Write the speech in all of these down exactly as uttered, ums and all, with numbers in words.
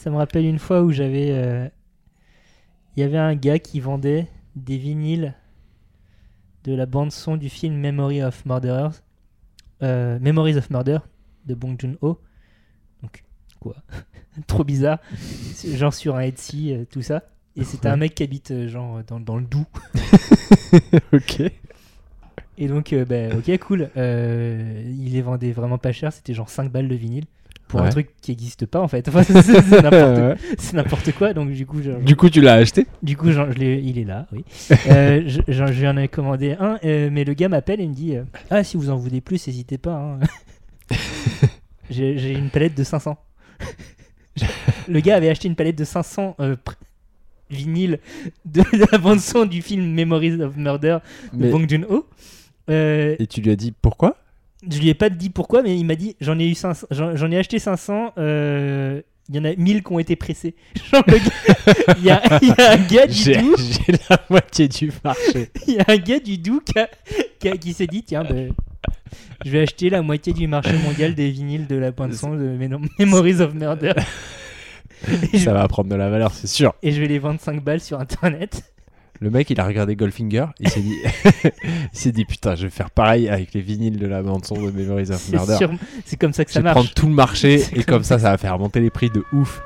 Ça me rappelle une fois où j'avais... Il euh, y avait un gars qui vendait des vinyles de la bande-son du film Memory of Murderers. Euh, Memories of Murder de Bong Joon-ho. Donc, quoi trop bizarre. Genre sur un Etsy, euh, tout ça. Et c'était un mec qui habite euh, genre dans, dans le Doubs. Ok. Et donc, euh, bah, ok, cool. Euh, il les vendait vraiment pas cher. C'était genre cinq balles de vinyle. Pour ouais. un truc qui n'existe pas en fait. Enfin, c'est, c'est, c'est, n'importe, ouais. c'est n'importe quoi. Donc, du coup, genre, du coup tu l'as acheté Du coup, genre, je l'ai, il est là, oui. euh, je, genre, je lui en ai commandé un. Euh, mais le gars m'appelle et me dit euh, ah, si vous en voulez plus, n'hésitez pas. Hein. j'ai, j'ai une palette de cinq cents. Le gars avait acheté une palette de cinq cents euh, pr- vinyles de la bande-son du film Memories of Murder de mais... Bong Joon-ho. Euh, et tu lui as dit pourquoi? Je lui ai pas dit pourquoi, mais il m'a dit j'en ai eu cinq cents, j'en, j'en ai acheté cinq cents. Euh, il y en a mille qui ont été pressés. Genre le gars, il y a, il y a un gars du j'ai, Doubs. J'ai la moitié du marché. Il y a un gars du Doubs qui, a, qui, a, qui s'est dit tiens, ben, je vais acheter la moitié du marché mondial des vinyles de la bande-son de Memories of Murder. Ça je... va prendre de la valeur, c'est sûr. Et je vais les vendre cinq balles sur internet. Le mec, il a regardé Goldfinger, il s'est dit, il s'est dit putain, je vais faire pareil avec les vinyles de la bande-son de Memories of c'est Murder. Sûr, c'est comme ça que ça je marche. Je vais prendre tout le marché c'est et comme, comme ça, ça va faire monter les prix de ouf.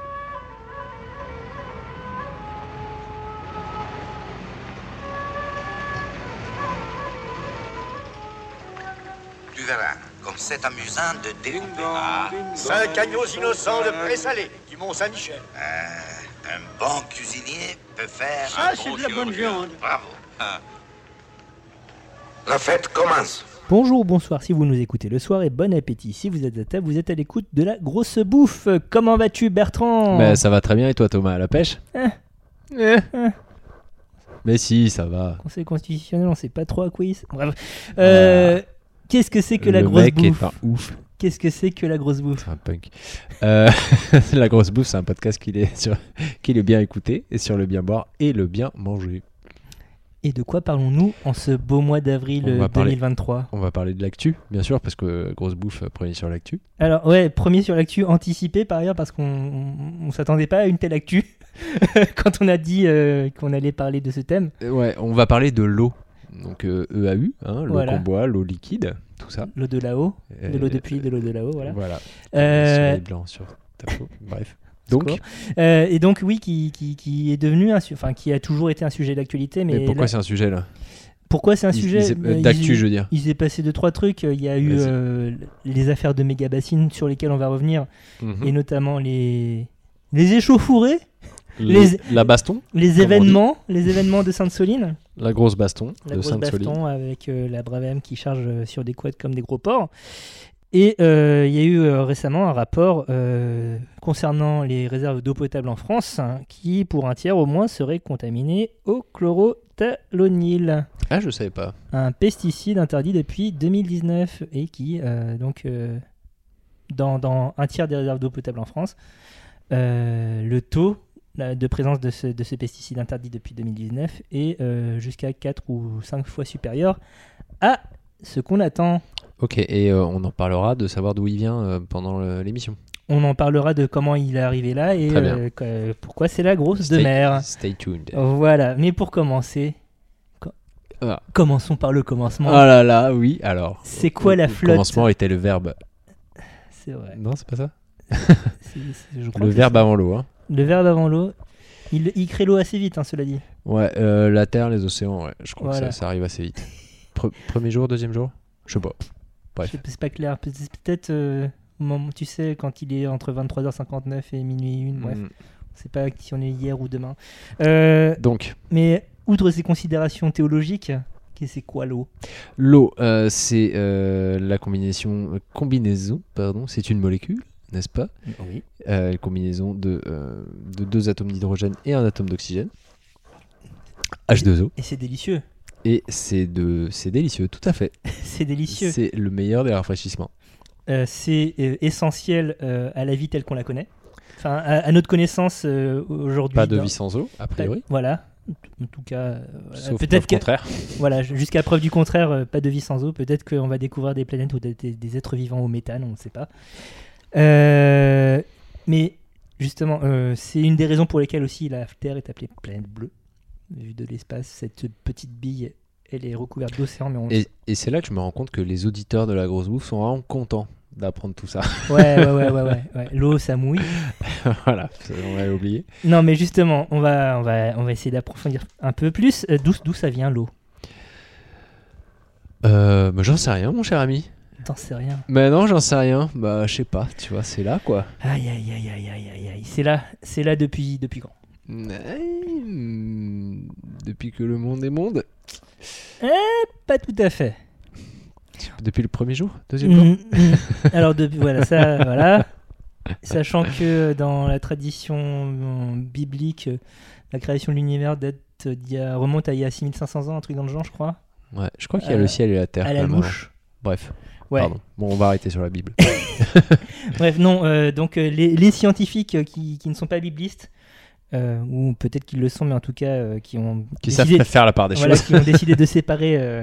Tu verras, comme c'est amusant de découper. Ah, cinq agneaux innocents de présalé du Mont-Saint-Michel. Euh, un bon cuisinier peut faire Ça, un c'est bon de la bonne viande. Bravo. Ah. La fête commence. Bonjour, bonsoir si vous nous écoutez le soir et bon appétit. Si vous êtes à table, vous êtes à l'écoute de la grosse bouffe. Comment vas-tu, Bertrand ? Bah, ça va très bien et toi, Thomas, à la pêche ? eh. Eh. Eh. Mais si, ça va. Conseil constitutionnel, on sait pas trop à quoi il... Bref. Euh, ah. Qu'est-ce que c'est que la le grosse mec bouffe ? est un ouf. Qu'est-ce que c'est que la grosse bouffe ? C'est un punk. Euh, la grosse bouffe, c'est un podcast qui est, sur, qui est bien écouté, et sur le bien boire et le bien manger. Et de quoi parlons-nous en ce beau mois d'avril deux mille vingt-trois ? Parler, on va parler de l'actu, bien sûr, parce que grosse bouffe, premier sur l'actu. Alors, ouais, premier sur l'actu, anticipé par ailleurs, parce qu'on ne s'attendait pas à une telle actu quand on a dit euh, qu'on allait parler de ce thème. Ouais, on va parler de l'eau. Donc euh, E A U, hein, l'eau voilà. qu'on boit, l'eau liquide, tout ça. L'eau de là-haut, euh, de l'eau de pluie, de l'eau de là-haut, voilà. Voilà. Euh... Sur les blancs, sur ta peau. Bref. Donc, euh, et donc oui, qui, qui, qui est devenu, un su- enfin qui a toujours été un sujet d'actualité, mais, mais pourquoi là... c'est un sujet là ? Pourquoi c'est un il, sujet il euh, d'actu, il, je veux dire. Il s'est passé deux trois trucs. Il y a eu euh, les affaires de méga bassines sur lesquelles on va revenir, mm-hmm. et notamment les les échauffourées. Les, la baston, les événements, les événements de Sainte-Soline. La grosse baston la de grosse Sainte-Soline. baston avec euh, la Bravem qui charge euh, sur des quads comme des gros porcs. Et il euh, y a eu euh, récemment un rapport euh, concernant les réserves d'eau potable en France, hein, qui, pour un tiers au moins, seraient contaminées au chlorothalonil. Ah, je savais pas. Un pesticide interdit depuis deux mille dix-neuf et qui, euh, donc, euh, dans, dans un tiers des réserves d'eau potable en France, euh, le taux de présence de ce, de ce pesticide interdit depuis deux mille dix-neuf est euh, jusqu'à quatre ou cinq fois supérieur à ce qu'on attend. Ok, et euh, on en parlera de savoir d'où il vient euh, pendant le, l'émission. On en parlera de comment il est arrivé là et euh, que, pourquoi c'est la grosse stay, de mer. Stay tuned. Voilà, mais pour commencer, co- ah. commençons par le commencement. Oh là là, oui, alors. C'est quoi le, la flotte ? Le commencement était le verbe. C'est vrai. Non, c'est pas ça. c'est, c'est, je crois le verbe c'est... avant l'eau. Hein. Le verbe avant l'eau. Il, il crée l'eau assez vite, hein, cela dit. Ouais, euh, la terre, les océans, ouais. Je crois voilà. que ça, ça arrive assez vite. Pre- premier jour, deuxième jour ? Je sais pas. Bref. Je, c'est pas clair. Peut-être, euh, moment, tu sais, quand il est entre vingt-trois heures cinquante-neuf et minuit une, bref. Mm. On sait pas si on est hier ou demain. Euh, Donc. Mais outre ces considérations théologiques, c'est quoi l'eau ? L'eau, euh, c'est euh, la combinaison, euh, combinaison, pardon, c'est une molécule, n'est-ce pas ? Oui. Euh, une combinaison de, euh, de deux atomes d'hydrogène et un atome d'oxygène. H deux O. Et c'est délicieux. Et c'est, de, c'est délicieux, tout à fait. C'est délicieux. C'est le meilleur des rafraîchissements. Euh, c'est euh, essentiel euh, à la vie telle qu'on la connaît. Enfin, à, à notre connaissance euh, aujourd'hui. Pas de dans... vie sans eau, a priori. Pas, voilà. En tout cas, euh, sauf peut-être que, contraire. Voilà, jusqu'à preuve du contraire, euh, pas de vie sans eau. Peut-être qu'on va découvrir des planètes ou des, des, des êtres vivants au méthane, on ne sait pas. Euh, mais justement, euh, c'est une des raisons pour lesquelles aussi la Terre est appelée planète bleue. Vu de l'espace, cette petite bille, elle est recouverte d'océan, mais on... Et, et c'est là que je me rends compte que les auditeurs de la grosse bouffe sont vraiment contents d'apprendre tout ça. Ouais, ouais, ouais, ouais, ouais, ouais. L'eau, ça mouille. Voilà, on va l'oublier. Non, mais justement, on va, on va, on va essayer d'approfondir un peu plus. Euh, d'où, d'où ça vient l'eau? Euh, bah, j'en sais rien, mon cher ami. T'en sais rien. Mais non, j'en sais rien. Bah, je sais pas, tu vois, c'est là, quoi. Aïe, aïe, aïe, aïe, aïe, aïe, aïe. C'est là, c'est là depuis, depuis quand? Hmm, Depuis que le monde est monde. Pas tout à fait. Depuis le premier jour, deuxième jour. Mmh, mmh. Alors, depuis, voilà, ça, voilà. Sachant que dans la tradition euh, biblique, euh, la création de l'univers date d'il y a- remonte à il y a six mille cinq cents ans, un truc dans le genre, je crois. Ouais, je crois qu'il y a Euh, le ciel et la terre. À la quand même, louche. avant. Bref, Ouais. pardon. Bon, on va arrêter sur la Bible. Bref, non, euh, donc euh, les, les scientifiques euh, qui, qui ne sont pas biblistes, euh, ou peut-être qu'ils le sont, mais en tout cas euh, qui ont Qui décidé, savent faire la part des voilà, choses. qui ont décidé de séparer euh,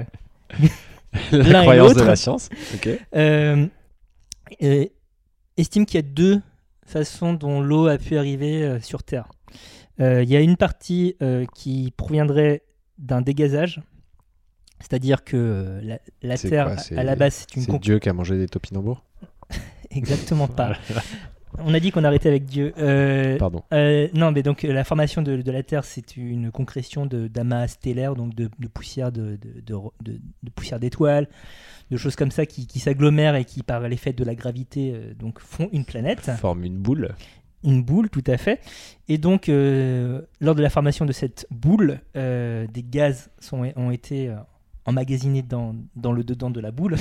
l'un La et croyance de l'autre. la science. Ok. euh, euh, estiment qu'il y a deux façons dont l'eau a pu arriver euh, sur Terre. Euh, Il y a une partie euh, qui proviendrait d'un dégazage, c'est-à-dire que euh, la, la C'est Terre, quoi, c'est- à la base, c'est une C'est con- Dieu qui a mangé des topinambours. exactement pas. On a dit qu'on arrêtait avec Dieu. Euh, Pardon. Euh, non, mais donc euh, la formation de, de la Terre, c'est une concrétion de, d'amas stellaires, donc de, de poussière de, de, de, de- de poussière d'étoiles, de choses comme ça qui, qui s'agglomèrent et qui, par l'effet de la gravité, euh, donc font une planète, Forme une boule. une boule, tout à fait. Et donc, euh, lors de la formation de cette boule, euh, des gaz sont, ont été euh, emmagasinés dans, dans le dedans de la boule.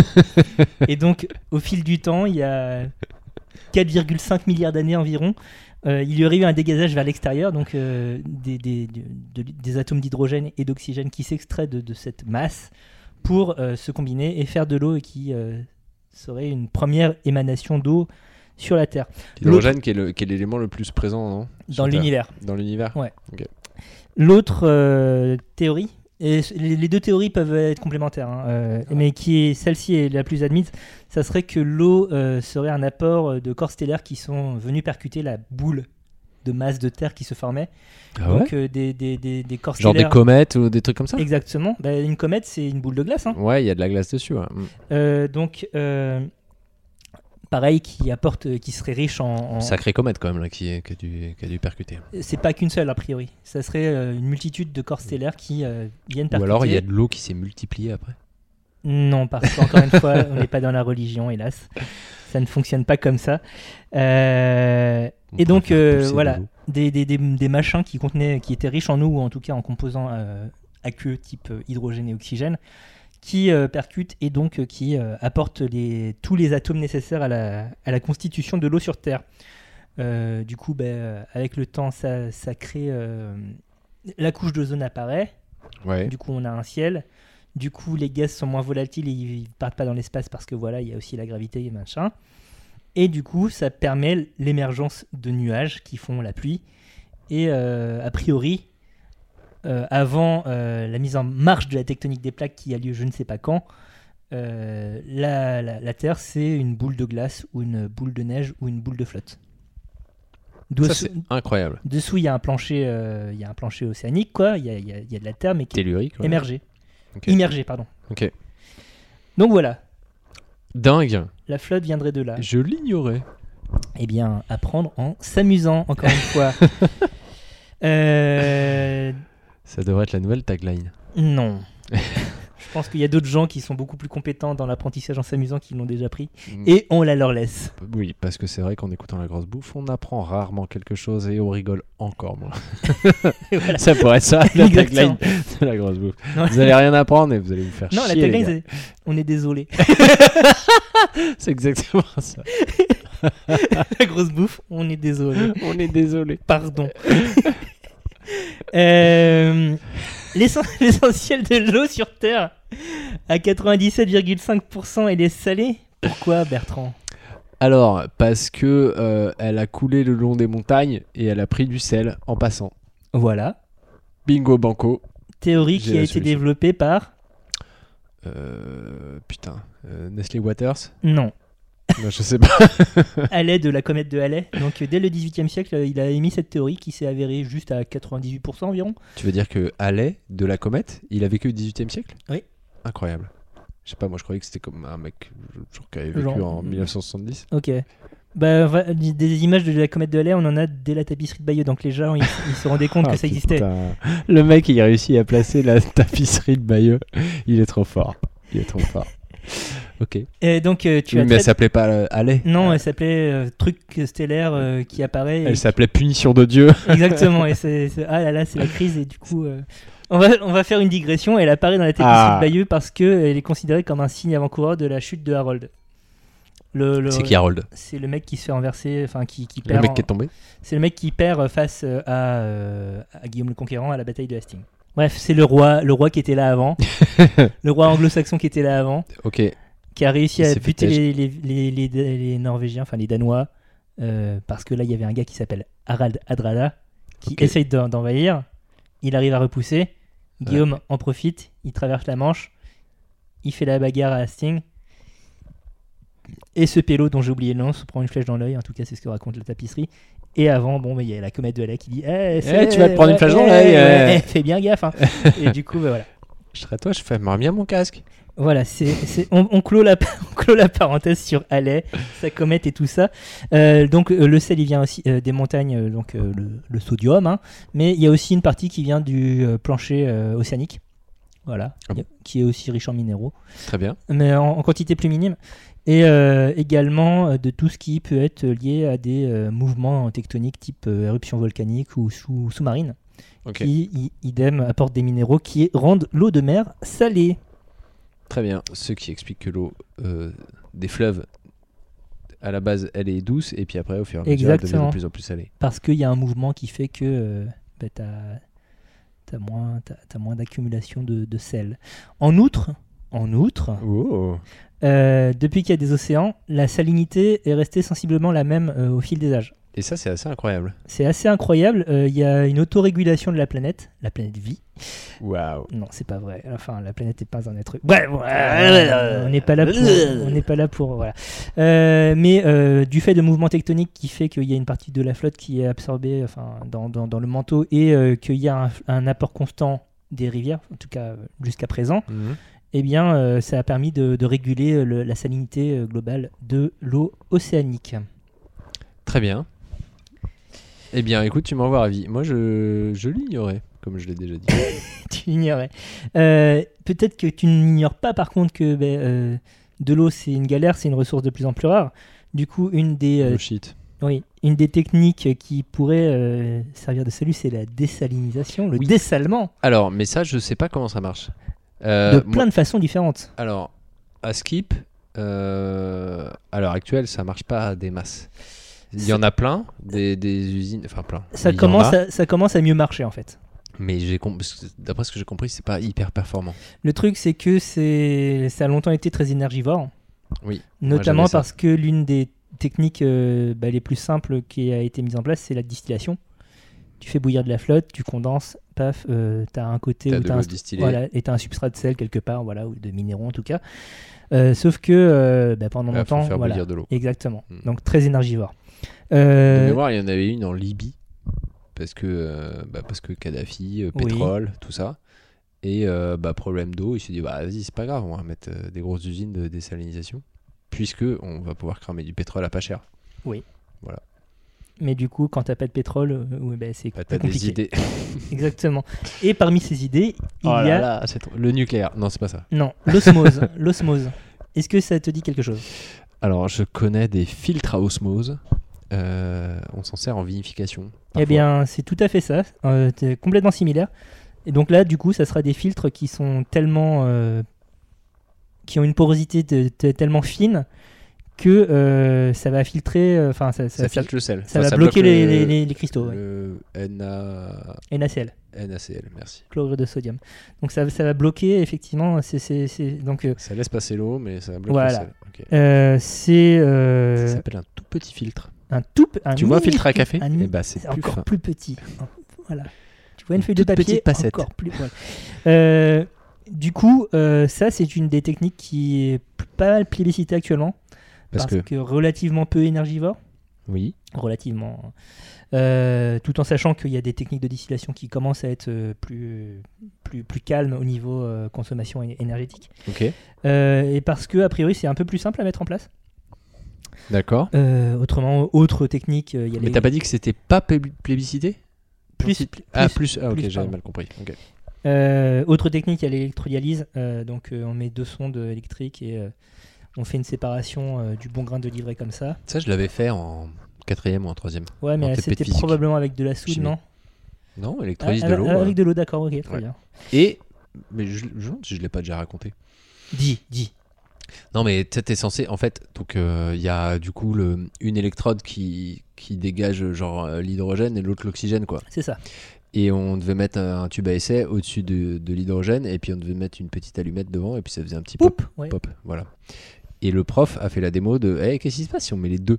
Et donc, au fil du temps, il y a quatre virgule cinq milliards d'années environ, euh, il y aurait eu un dégazage vers l'extérieur, donc euh, des, des, de- de- des atomes d'hydrogène et d'oxygène qui s'extraient de, de cette masse pour euh, se combiner et faire de l'eau et qui euh, serait une première émanation d'eau sur la Terre, L'hydrogène qui est le- qui est l'élément le plus présent, non Sur dans Terre. l'univers. Dans l'univers. Ouais. L'autre euh, théorie, et les les deux théories peuvent être complémentaires, hein, euh, mais qui est celle-ci est la plus admise, ça serait que l'eau euh, serait un apport de corps stellaires qui sont venus percuter la boule de masse de Terre qui se formait. Ah ouais Donc euh, des, des, des, des corps Genre des stellaires. comètes ou des trucs comme ça. Exactement. Bah, une comète, c'est une boule de glace. Hein. Ouais, il y a de la glace dessus. Ouais. Mm. Euh, donc, euh, pareil, qui apporte, qui serait riche en. en- Sacrée comète quand même là, qui, est- qui, a dû, qui a dû percuter. C'est pas qu'une seule a priori. Ça serait euh, une multitude de corps stellaires qui euh, viennent percuter. Ou alors il y a de l'eau qui s'est multipliée après. Non, parce qu'encore une fois, on n'est pas dans la religion, hélas. Ça ne fonctionne pas comme ça. Euh, On et donc, préfère euh, pousser de voilà, l'eau. des, des, des, des machins qui contenaient, qui étaient riches en eau, ou en tout cas en composants euh, aqueux type euh, hydrogène et oxygène, qui euh, percutent et donc euh, qui euh, apportent les, tous les atomes nécessaires à la, à la constitution de l'eau sur Terre. Euh, du coup, ben, euh, avec le temps, ça, ça crée... euh, la couche d'ozone apparaît. Ouais. Du coup, on a un ciel. Du coup, les gaz sont moins volatiles et ils partent pas dans l'espace parce que voilà, il y a aussi la gravité et machin. Et du coup, ça permet l'émergence de nuages qui font la pluie. Et euh, a priori, euh, avant euh, la mise en marche de la tectonique des plaques qui a lieu je ne sais pas quand, euh, la, la- la Terre, c'est une boule de glace ou une boule de neige ou une boule de flotte. Ça Dessous, c'est incroyable. dessous, il y a un plancher, euh, il y a un plancher océanique, quoi. Il y a, il y a- il y a de la Terre, mais qui est Tellurique. Ouais. émergée. Ok. Immergée, pardon. Ok. Donc voilà, Dingue. la flotte viendrait de là. Je l'ignorais. Eh bien, apprendre en s'amusant, encore une fois. Euh, Ça devrait être la nouvelle tagline. non. Je pense qu'il y a d'autres gens qui sont beaucoup plus compétents dans l'apprentissage en s'amusant qui l'ont déjà pris. Et on la leur laisse. Oui, parce que c'est vrai qu'en écoutant la grosse bouffe, on apprend rarement quelque chose et on rigole encore moins. Et voilà. Ça pourrait être ça, la Exactement. tagline de la grosse bouffe. Non. Vous allez rien apprendre et vous allez vous faire Non, la chier. les tagline, gars. c'est on est désolé. C'est exactement ça. La grosse bouffe, on est désolé. On est désolé. Pardon. Euh, l'essen- L'essentiel de l'eau sur Terre, à quatre-vingt-dix-sept virgule cinq pour cent, elle est salée. Pourquoi, Bertrand? Alors, parce que euh, elle a coulé le long des montagnes et elle a pris du sel en passant. Voilà. Bingo banco. Théorie J'ai qui a la été solution. développée par... Euh, putain. Euh, Nestlé Waters. Non. Non, je sais pas. Halley de la comète de Halley. Donc euh, dès le dix-huitième siècle, euh, il a émis cette théorie qui s'est avérée juste à quatre-vingt-dix-huit pour cent environ. Tu veux dire que Halley de la comète, il a vécu au dix-huitième siècle? Oui. Incroyable. Je sais pas, moi je croyais que c'était comme un mec genre, qui avait vécu Genre- en mille neuf cent soixante-dix. Ok. Bah, va- des images de la comète de Halley, on en a dès la tapisserie de Bayeux. Donc les gens, ils, ils se rendaient compte Ah, que ça existait. putain. Le mec, il a réussi à placer la tapisserie de Bayeux. Il est trop fort. Il est trop fort. Ok. Et donc euh, tu Oui, as mais très- elle s'appelait pas euh, Halley. Non, elle s'appelait euh, Truc stellaire euh, qui apparaît. et- Elle s'appelait Punition de Dieu. Exactement. Et c'est, c'est- ah là là, c'est la crise. Et du coup, euh, on, va, on va faire une digression. Elle apparaît dans la tapisserie Ah. de Bayeux parce qu'elle est considérée comme un signe avant-coureur de la chute de Harold. Le, le- C'est qui Harold? C'est le mec qui se fait renverser, enfin qui, qui Le perd. mec en- qui est tombé. C'est le mec qui perd face euh, à, euh, à Guillaume le Conquérant à la bataille de Hastings. Bref, c'est le roi, le roi qui était là avant, le roi anglo-saxon qui était là avant, Ok. qui a réussi Il à s'est fait buter tèche. les, les, les, les- les Norvégiens, enfin les Danois, euh, parce que là il y avait un gars qui s'appelle Harald Hadrada qui Ok. essaye d'en- d'envahir. Il arrive à repousser. Guillaume en profite, il traverse la Manche, il fait la bagarre à Hastings. Et ce pélo dont j'ai oublié le nom se prend une flèche dans l'œil, en tout cas c'est ce que raconte la tapisserie. Et avant, bon, il y a la comète de Halley qui dit Eh, c'est- tu vas te prendre une flèche dans ouais, l'œil, ouais, ouais. ouais, fais bien gaffe. hein. Et du coup, bah, voilà. Je serais toi, je ferais bien mon casque. Voilà, c'est, c'est- on, on, clôt la, on clôt la parenthèse sur Halley, sa comète et tout ça. Euh, donc euh, le sel, il vient aussi euh, des montagnes, euh, donc euh, le, le sodium, hein, mais il y a aussi une partie qui vient du euh, plancher euh, océanique, voilà, Ah bon. qui est aussi riche en minéraux, Très bien. mais en, en quantité plus minime. Et euh, également euh, de tout ce qui peut être lié à des euh, mouvements tectoniques type euh, éruption volcanique ou sous, sous-marine, Ok. qui, i- idem, apportent des minéraux qui rendent l'eau de mer salée. Très bien. Ce qui explique que l'eau euh, des fleuves, à la base, elle est douce et puis après, au fur et à mesure, elle devient Exactement. de plus en plus salée. Parce qu'il y a un mouvement qui fait que euh, bah, tu as moins, t'as- t'as moins d'accumulation de, de sel. En outre, en outre Oh. euh, depuis qu'il y a des océans, la salinité est restée sensiblement la même euh, au fil des âges. Et ça, c'est assez incroyable. C'est assez incroyable. euh, Il y a une autorégulation de la planète, la planète vie. Waouh. Non, c'est pas vrai. Enfin, la planète n'est pas un être. Ouais, ouais, on n'est pas là pour. On n'est pas là pour. Voilà. Euh, mais euh, du fait de mouvements tectoniques qui fait qu'il y a une partie de la flotte qui est absorbée, enfin, dans, dans, dans le manteau et euh, qu'il y a un, un apport constant des rivières, en tout cas euh, jusqu'à présent, Mhm. eh bien, euh, ça a permis de, de réguler euh, le- la salinité euh, globale de l'eau océanique. Très bien. Eh bien, écoute, tu m'envoies ravi. Moi, je, je l'ignorais, comme je l'ai déjà dit. Tu l'ignorais. Euh, peut-être que tu n'ignores pas par contre que ben, euh, de l'eau c'est une galère, c'est une ressource de plus en plus rare. Du coup, une des, euh, No shit. oui, une des techniques qui pourrait euh, servir de salut, c'est la désalinisation, le Oui. dessalement, Alors, mais ça, je sais pas comment ça marche. Euh, de moi- plein de façons différentes. Alors, à Skip, euh, à l'heure actuelle, ça marche pas des masses. Il y en a plein, des, des usines, enfin plein. Ça Il y en commence, a, à, ça commence à mieux marcher en fait. Mais j'ai com- d'après ce que j'ai compris, c'est pas hyper performant. Le truc, c'est que c'est, ça a longtemps été très énergivore. Oui. Notamment j'avais ça. parce que l'une des techniques euh, bah, les plus simples qui a été mise en place, c'est la distillation. Tu fais bouillir de la flotte, tu condenses, paf, euh, tu as un côté T'as où de tu as l'eau un, distillée. voilà, et t'as un substrat de sel quelque part, voilà, ou de minéraux en tout cas. Euh, sauf que euh, bah, pendant Ouais, faut longtemps, faire voilà, bouillir de l'eau. exactement. Hmm. Donc très énergivore. De Euh, mémoire, il y en avait une en Libye. Parce que, euh, bah, parce que Kadhafi, euh, Oui. pétrole, tout ça. Et euh, bah, problème d'eau, il s'est dit, bah, vas-y, c'est pas grave, on va mettre euh, des grosses usines de désalinisation. Puisque on va pouvoir cramer du pétrole à pas cher. mais du coup, quand t'as pas de pétrole, euh, ouais, bah, c'est Pas plus des compliqué. idées. Exactement. Et parmi ces idées, il Oh y là a là, c'est trop- le nucléaire. Non, c'est pas ça. non l'osmose. L'osmose. Est-ce que ça te dit quelque chose? Alors, je connais des filtres à osmose. Euh, on s'en sert en vinification. Eh parfois. bien, c'est tout à fait ça. Euh, c'est complètement similaire. Et donc là, du coup, ça sera des filtres qui sont tellement, euh, qui ont une porosité de- de- tellement fine que euh, ça va filtrer. Enfin, ça, ça, ça, ça- filtre le sel. ça Enfin, va bloquer bloque les, le- les- les- les cristaux. Ouais. Le Na- NaCl, NaCl, merci. chlorure de sodium. Donc ça, ça va bloquer effectivement. C'est, c'est, c'est- donc euh, Ça laisse passer l'eau, mais ça bloque Voilà. le sel. Ok. euh, c'est euh, Ça s'appelle un tout petit filtre. un tout. pe- un Tu vois un mini- filtre à café un Eh mi- bah, c'est c'est plus encore fin. plus petit. Voilà. Tu vois une, Une feuille de toute papier petite passette. encore plus. Voilà. Euh, du coup, euh, ça c'est une des techniques qui est p- pas mal plébiscitée actuellement Parce, parce que... que relativement peu énergivore, Oui. relativement, euh, tout en sachant qu'il y a des techniques de distillation qui commencent à être euh, plus, plus, plus calmes au niveau euh, consommation é- énergétique. Ok. Euh, et parce que, a priori, c'est un peu plus simple à mettre en place. D'accord. Euh, autrement, autre technique, euh, il y a Mais les... t'as pas dit que c'était pas plé- plébiscité plus, Plus- plus, Ah, plus. Ah, ok, plus, j'avais pardon. mal compris. Ok. Euh, autre technique, il y a l'électrolyse. Euh, donc, euh, on met deux sondes électriques et euh, on fait une séparation euh, du bon grain de livret comme ça. Ça, je l'avais fait en quatrième ou en troisième. Ouais, En mais T P de c'était physique. probablement avec de la soude, Chimie. non? Non, Ah, électrolyse de avec- l'eau. Avec ouais. de l'eau, d'accord, ok, très Ouais. bien. Et. Mais je, je me demande si je l'ai pas déjà raconté. Dis, dis. Non, mais tu sais, t'es censé. En fait, donc il euh, y a du coup le, une électrode qui, qui dégage genre euh, l'hydrogène et l'autre l'oxygène, quoi. C'est ça. Et on devait mettre un, un tube à essai au-dessus de, de l'hydrogène et puis on devait mettre une petite allumette devant et puis ça faisait un petit pop. Poup, ouais. Pop, voilà. Et le prof a fait la démo de hey, qu'est-ce qui se passe si on met les deux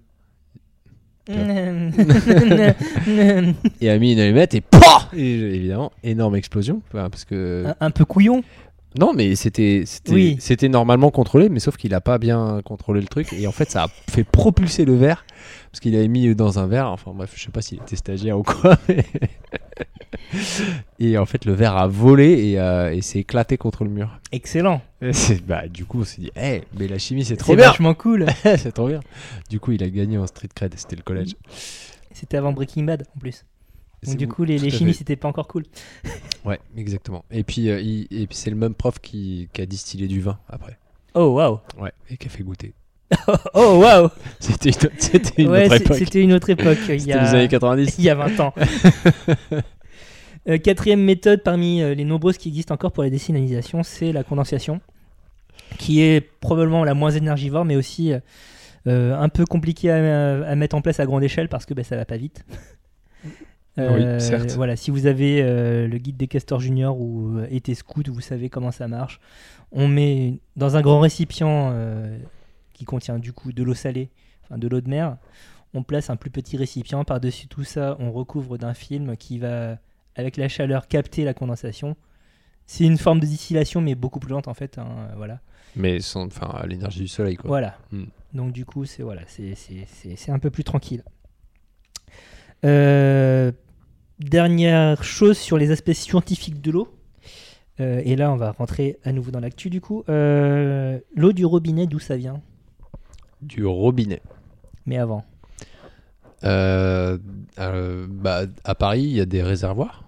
et a mis une allumette et POH et évidemment, énorme explosion. Enfin, parce que... un, un peu couillon. Non, mais c'était, c'était, Oui. c'était normalement contrôlé, mais sauf qu'il a pas bien contrôlé le truc. Et en fait, ça a fait propulser le verre parce qu'il avait mis dans un verre. Enfin bref, je sais pas s'il était stagiaire ou quoi. Mais... et en fait, le verre a volé et, euh, et s'est éclaté contre le mur. Excellent. Et c'est, bah, du coup, on s'est dit, hey, mais la chimie, c'est trop C'est bien. vachement cool. C'est trop bien. Du coup, il a gagné en street cred. C'était le collège. C'était avant Breaking Bad en plus. Donc C'est- du coup, les, tout les à chimies, fait. c'était pas encore cool. Ouais, exactement. Et puis, euh, il- et puis c'est le même prof qui, qui a distillé du vin après. Oh waouh. Ouais, et qui a fait goûter. Oh waouh. C'était une, c'était une Ouais, autre c'est- époque. c'était une autre époque. Il y C'était a, les années quatre-vingt-dix. il y a vingt ans. Euh, quatrième méthode parmi euh, les nombreuses qui existent encore pour la désalinisation, c'est la condensation, qui est probablement la moins énergivore, mais aussi euh, euh, un peu compliquée à, à mettre en place à grande échelle parce que bah, ça va pas vite. Oui, certes. Voilà, si vous avez euh, le guide des castors juniors ou euh, été scout, vous savez comment ça marche. On met dans un grand récipient euh, qui contient du coup de l'eau salée, enfin de l'eau de mer. On place un plus petit récipient par-dessus tout ça, on recouvre d'un film qui va, avec la chaleur, capter la condensation. C'est une forme de distillation, mais beaucoup plus lente en fait. Hein, voilà. Mais sans, enfin, à l'énergie du soleil, quoi. Voilà. Hmm. Donc du coup, c'est voilà, c'est, c'est, c'est, c'est un peu plus tranquille. Euh, dernière chose sur les aspects scientifiques de l'eau. Euh, et là, on va rentrer à nouveau dans l'actu du coup. Euh, l'eau du robinet, d'où ça vient? Du robinet. Mais avant. Euh, euh, bah, à Paris, il y a des réservoirs.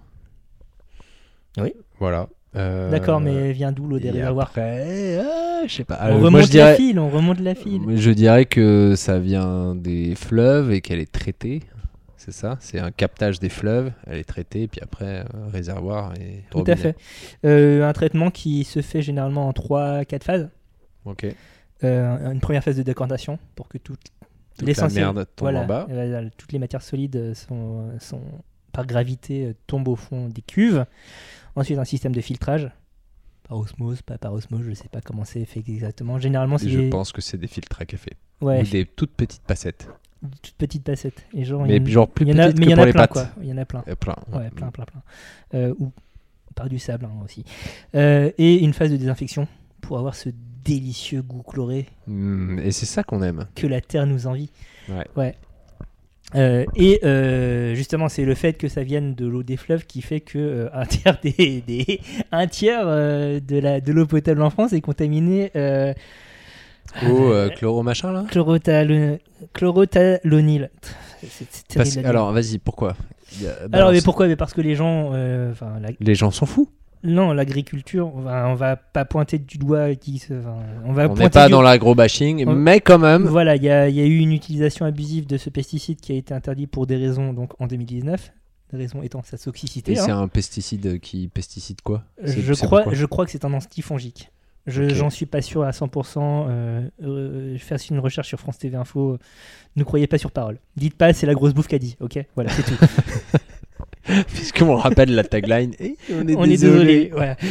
Oui. Voilà. Euh, D'accord, mais vient d'où l'eau des et réservoirs? après, euh, je sais pas. On Euh, moi, remonte je dirais, la file, on remonte la file. je dirais que ça vient des fleuves et qu'elle est traitée. C'est ça, c'est un captage des fleuves, elle est traitée, puis après, euh, réservoir et Tout robinet. à fait. Euh, un traitement qui se fait généralement en trois à quatre phases. Ok. Euh, une première phase de décantation pour que toute, Toute l'essentiel, la merde tombe voilà, en bas. euh, toutes les matières solides sont, sont par gravité euh, tombent au fond des cuves. Ensuite, un système de filtrage par osmose, pas par osmose, je sais pas comment c'est fait exactement. Généralement, c'est Je des, pense que c'est des filtres à café. ouais, Ou des toutes petites passettes. des toutes petites passettes. Et genre, Mais il y en- genre plus il y en a, petites mais que il y en pour a les plein, pâtes. quoi. Il y en a plein. Euh, plein. Ouais, plein, plein, plein. Euh, ou par du sable hein, aussi. Euh, et une phase de désinfection pour avoir ce délicieux goût chloré Mm, et c'est ça qu'on aime. que la terre nous envie. Ouais. Ouais. Euh, et euh, justement, c'est le fait que ça vienne de l'eau des fleuves qui fait que euh, un tiers des, des un tiers euh, de la de l'eau potable en France est contaminée euh, Oh, euh, chloro machin là chlorothalonil. Chlorothalonil. C'est, c'est terrible Parce- à dire. Alors vas-y, pourquoi Il y a- Alors, balance. mais pourquoi? Mais parce que les gens, euh, enfin, la- Les gens sont fous. non, l'agriculture, on va, on va pas pointer du doigt qui, se- enfin, on va On pointer n'est pas du- dans l'agro-bashing, On- mais quand même. Voilà, il y, a il y a eu une utilisation abusive de ce pesticide qui a été interdit pour des raisons donc en deux mille dix-neuf. La raison étant sa toxicité. Et hein. c'est un pesticide qui pesticide quoi C'est- Je c'est crois, pourquoi je crois que c'est un antifongique. Je, Ok. J'en suis pas sûr à cent pour cent. Euh, euh, faire une recherche sur France T V Info. Ne croyez pas sur parole. Dites pas c'est la grosse bouffe qu'a dit. Ok, voilà, c'est tout. Puisqu'on rappelle la tagline. Et on est On désolé. est désolé. Voilà.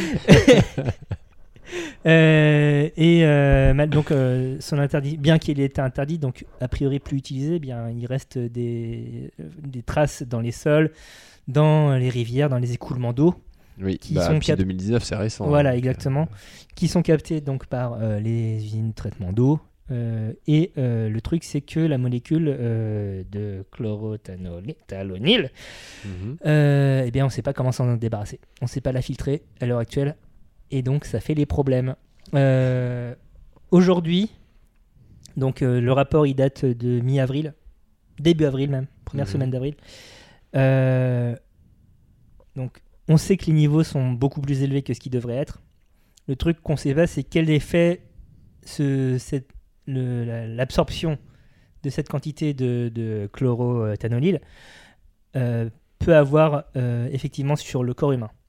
Euh, et euh, mal- donc euh, son interdit, bien qu'il ait été interdit, donc a priori plus utilisé, eh bien il reste des, euh, des traces dans les sols, dans les rivières, dans les écoulements d'eau, Oui, Qui bah, sont puis cap- deux mille dix-neuf, c'est récent. Voilà, donc, exactement. qui sont captés donc par euh, les usines de traitement d'eau, Euh, et euh, le truc, c'est que la molécule euh, de chlorothalonil, Mhm. euh, eh bien, on ne sait pas comment s'en débarrasser. On ne sait pas la filtrer à l'heure actuelle. Et donc, ça fait les problèmes. Euh, aujourd'hui, donc euh, le rapport, il date de mi-avril, début avril même, première Mhm. semaine d'avril. Euh, donc, on sait que les niveaux sont beaucoup plus élevés que ce qu'ils devraient être. Le truc qu'on ne sait pas, c'est quel effet ce, cette, le, la- l'absorption de cette quantité de, de chlorothalonil euh, peut avoir euh, effectivement sur le corps humain.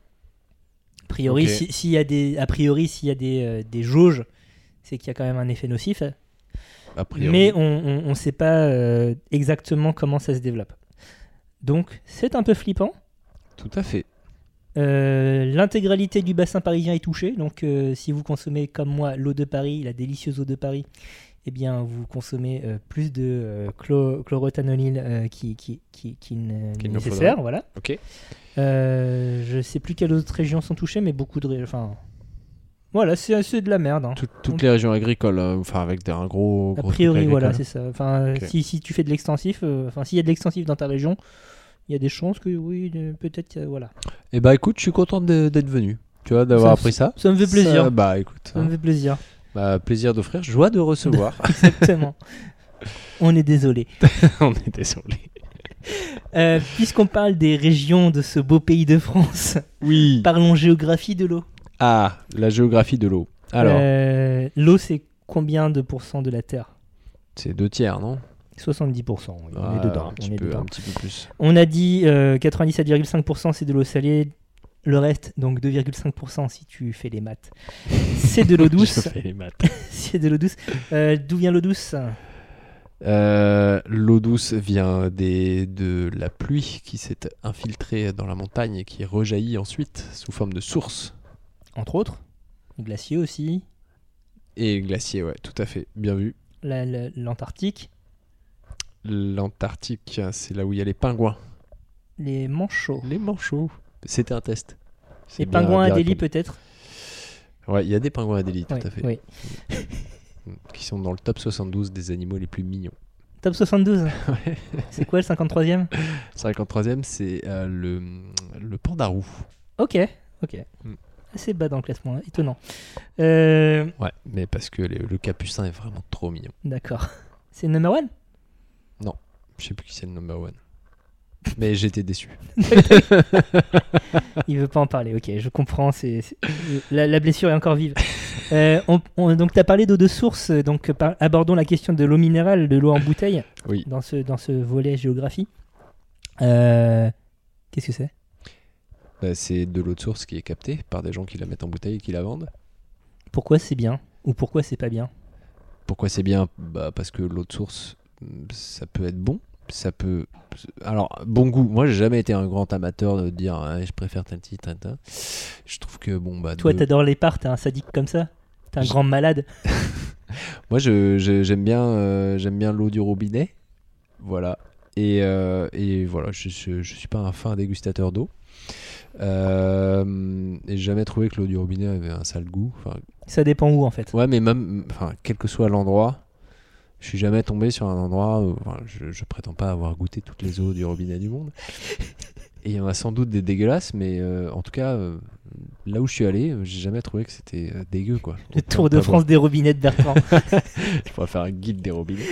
A priori, Ok. si- s'il y a des, a priori, s'il y a des, euh, des jauges, c'est qu'il y a quand même un effet nocif. A priori. Mais on ne sait pas euh, exactement comment ça se développe. Donc, c'est un peu flippant. Tout à fait. Euh, l'intégralité du bassin parisien est touchée. Donc, euh, si vous consommez comme moi l'eau de Paris, la délicieuse eau de Paris, eh bien, vous consommez euh, plus de euh, chlo- chlorothalonil euh, qui, qui, qui, qui n'est Qu'il ne nécessaire. faudrait. Voilà. Ok. Euh, je sais plus quelles autres régions sont touchées, mais beaucoup de régions. Enfin, voilà, c'est, c'est de la merde. Hein. Tout- toutes les régions agricoles, hein, enfin avec des, un gros. A gros truc priori, voilà, agricole. c'est ça. Enfin, Ok. si, si tu fais de l'extensif, euh, enfin, s'il y a de l'extensif dans ta région, il y a des chances que oui, euh, peut-être, euh, voilà. Eh bah écoute, je suis content de- d'être venu. Tu vois, d'avoir Ça- appris ça. Ça me fait plaisir. Ça, bah écoute, Ça me hein. fait plaisir. Bah, plaisir d'offrir, joie de recevoir. Exactement. On est désolé. On est désolé. Euh, puisqu'on parle des régions de ce beau pays de France, Oui. parlons géographie de l'eau. Ah, la géographie de l'eau. Alors, Euh, l'eau, c'est combien de pourcents de la Terre? c'est deux tiers, non? soixante-dix pour cent. Oui, on Ah, est dedans. un, petit on est peu, dedans. un petit peu plus. On a dit euh, quatre-vingt-dix-sept virgule cinq pour cent c'est de l'eau salée. Le reste, donc deux virgule cinq pour cent si tu fais les maths, c'est de l'eau douce. Je fais les maths. C'est de l'eau douce. Euh, d'où vient l'eau douce? Euh, l'eau douce vient des, de la pluie qui s'est infiltrée dans la montagne et qui rejaillit ensuite sous forme de source. Entre autres. Les glaciers aussi. Et glacier, ouais, tout à fait. Bien vu. La- la- L'Antarctique. L'Antarctique, c'est là où il y a les pingouins. Les manchots. Les manchots. C'était un test. C'est Les bien- pingouins bien à Delhi répondu. peut-être. Ouais, il y a des pingouins à Delhi, tout Oui, à fait. oui. Qui sont dans le top soixante-douze des animaux les plus mignons. Top soixante-douze. Ouais. C'est quoi le cinquante-troisième? cinquante-troisième, c'est euh, le, le pandarou. Ok, ok. Mm. Assez bas dans le classement, hein. Étonnant. Euh, Ouais, mais parce que le, le capucin est vraiment trop mignon. D'accord. C'est le number one? Je sais plus qui c'est le number one. Mais j'étais déçu. Il veut pas en parler, ok, je comprends. C'est, c'est- La, la blessure est encore vive. Euh, on, on- donc, tu as parlé d'eau de source, donc par- abordons la question de l'eau minérale, de l'eau en bouteille, Oui. dans ce, dans ce volet géographie. Euh, Qu'est-ce que c'est? Bah, c'est de l'eau de source qui est captée par des gens qui la mettent en bouteille et qui la vendent. Pourquoi c'est bien ou pourquoi c'est pas bien? Pourquoi c'est bien? Bah, parce que l'eau de source, ça peut être bon. Ça peut. Alors, bon goût. Moi, j'ai jamais été un grand amateur de dire ah, je préfère tel titre, tel, tel. Je trouve que bon, bah. Toi, de- t'adores les parts, t'es un sadique comme ça? T'es un Je- grand malade? Moi, je, je- j'aime bien, euh, j'aime bien l'eau du robinet. Voilà. Et, euh, et voilà, je, je, je suis pas un fin dégustateur d'eau. Euh, et j'ai jamais trouvé que l'eau du robinet avait un sale goût. Enfin, Ça dépend où en fait. ouais, mais même, enfin, quel que soit l'endroit, je suis jamais tombé sur un endroit où, enfin, je, je prétends pas avoir goûté toutes les eaux du robinet du monde. Et il y en a sans doute des dégueulasses, mais euh, en tout cas, euh, là où je suis allé, euh, j'ai jamais trouvé que c'était euh, dégueu, quoi. Le Donc, Tour on de peut France des robinets de Bertrand. avoir- Je pourrais faire un guide des robinets.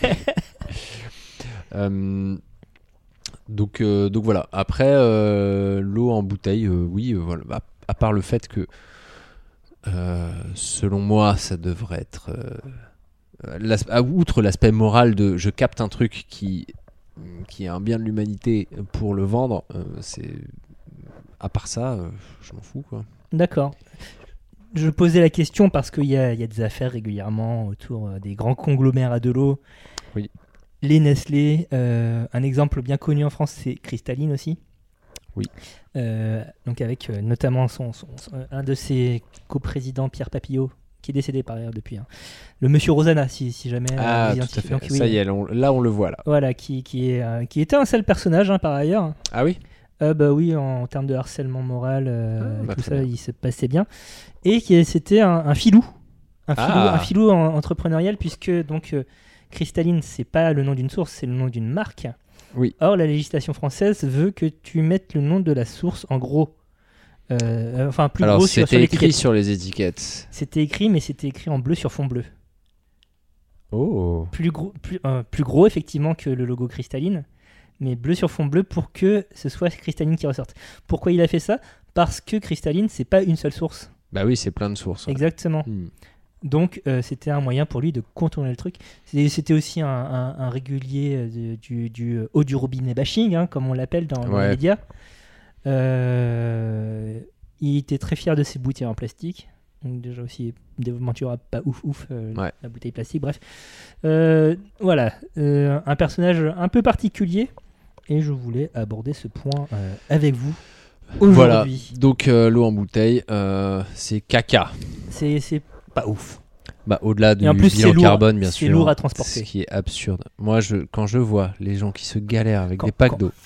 Euh, donc, euh, donc voilà. Après, euh, l'eau en bouteille, euh, oui, euh, voilà. À, à part le fait que, euh, selon moi, ça devrait être. Euh, l'as- à- outre l'aspect moral de je capte un truc qui, qui est un bien de l'humanité pour le vendre, euh, c'est. À part ça, euh, je m'en fous, quoi. D'accord. Je posais la question parce qu'il y a, il y a des affaires régulièrement autour euh, des grands conglomérats de l'eau. Oui. Les Nestlé, euh, un exemple bien connu en France, c'est Cristalline aussi. Oui. Euh, donc avec euh, notamment son, son- son- un de ses coprésidents, Pierre Papillot, qui est décédé par ailleurs depuis. hein. Le monsieur Rosanna, si, si jamais. euh, Ah, vous tout à identifiez. fait. Donc, oui, Ça y est, là, on, là, on le voit, là. Voilà, qui, qui, est, euh, qui était un sale personnage hein, par ailleurs. Ah oui? Euh, bah oui, en, en termes de harcèlement moral, euh, Ah, bah, tout très ça, bien. il se passait bien. Et qui c'était un, un filou, un filou, Ah. un filou en- entrepreneurial, puisque donc euh, cristalline, c'est pas le nom d'une source, c'est le nom d'une marque. Oui. Or, la législation française veut que tu mettes le nom de la source en gros. Euh, enfin, plus Alors gros sur, sur c'était écrit l'étiquette. sur les étiquettes. C'était écrit, mais c'était écrit en bleu sur fond bleu. Oh. Plus gros, plus, euh, plus gros effectivement que le logo cristalline, mais bleu sur fond bleu pour que ce soit cristalline qui ressorte. Pourquoi il a fait ça ? Parce que cristalline, c'est pas une seule source. Bah oui, c'est plein de sources. ouais. Exactement. Hmm. Donc euh, c'était un moyen pour lui de contourner le truc. C'est- C'était aussi un, un- un régulier euh, de- du, du euh, haut du robinet bashing, hein, comme on l'appelle dans, dans Ouais. les médias. Euh, il était très fier de ses bouteilles en plastique. Donc déjà aussi des Ventura pas ouf ouf euh, Ouais. la bouteille plastique. Bref, Euh, voilà, Euh, un personnage un peu particulier. Et je voulais aborder ce point euh, avec vous Voilà. aujourd'hui. Donc euh, l'eau en bouteille, euh, c'est caca. C'est c'est pas ouf. Bah au-delà du Et en plus, c'est bilan lourd- carbone, bien c'est sûr. lourd à transporter. Ce qui est absurde. Moi, je, quand je vois les gens qui se galèrent avec Quand- des packs quand- d'eau.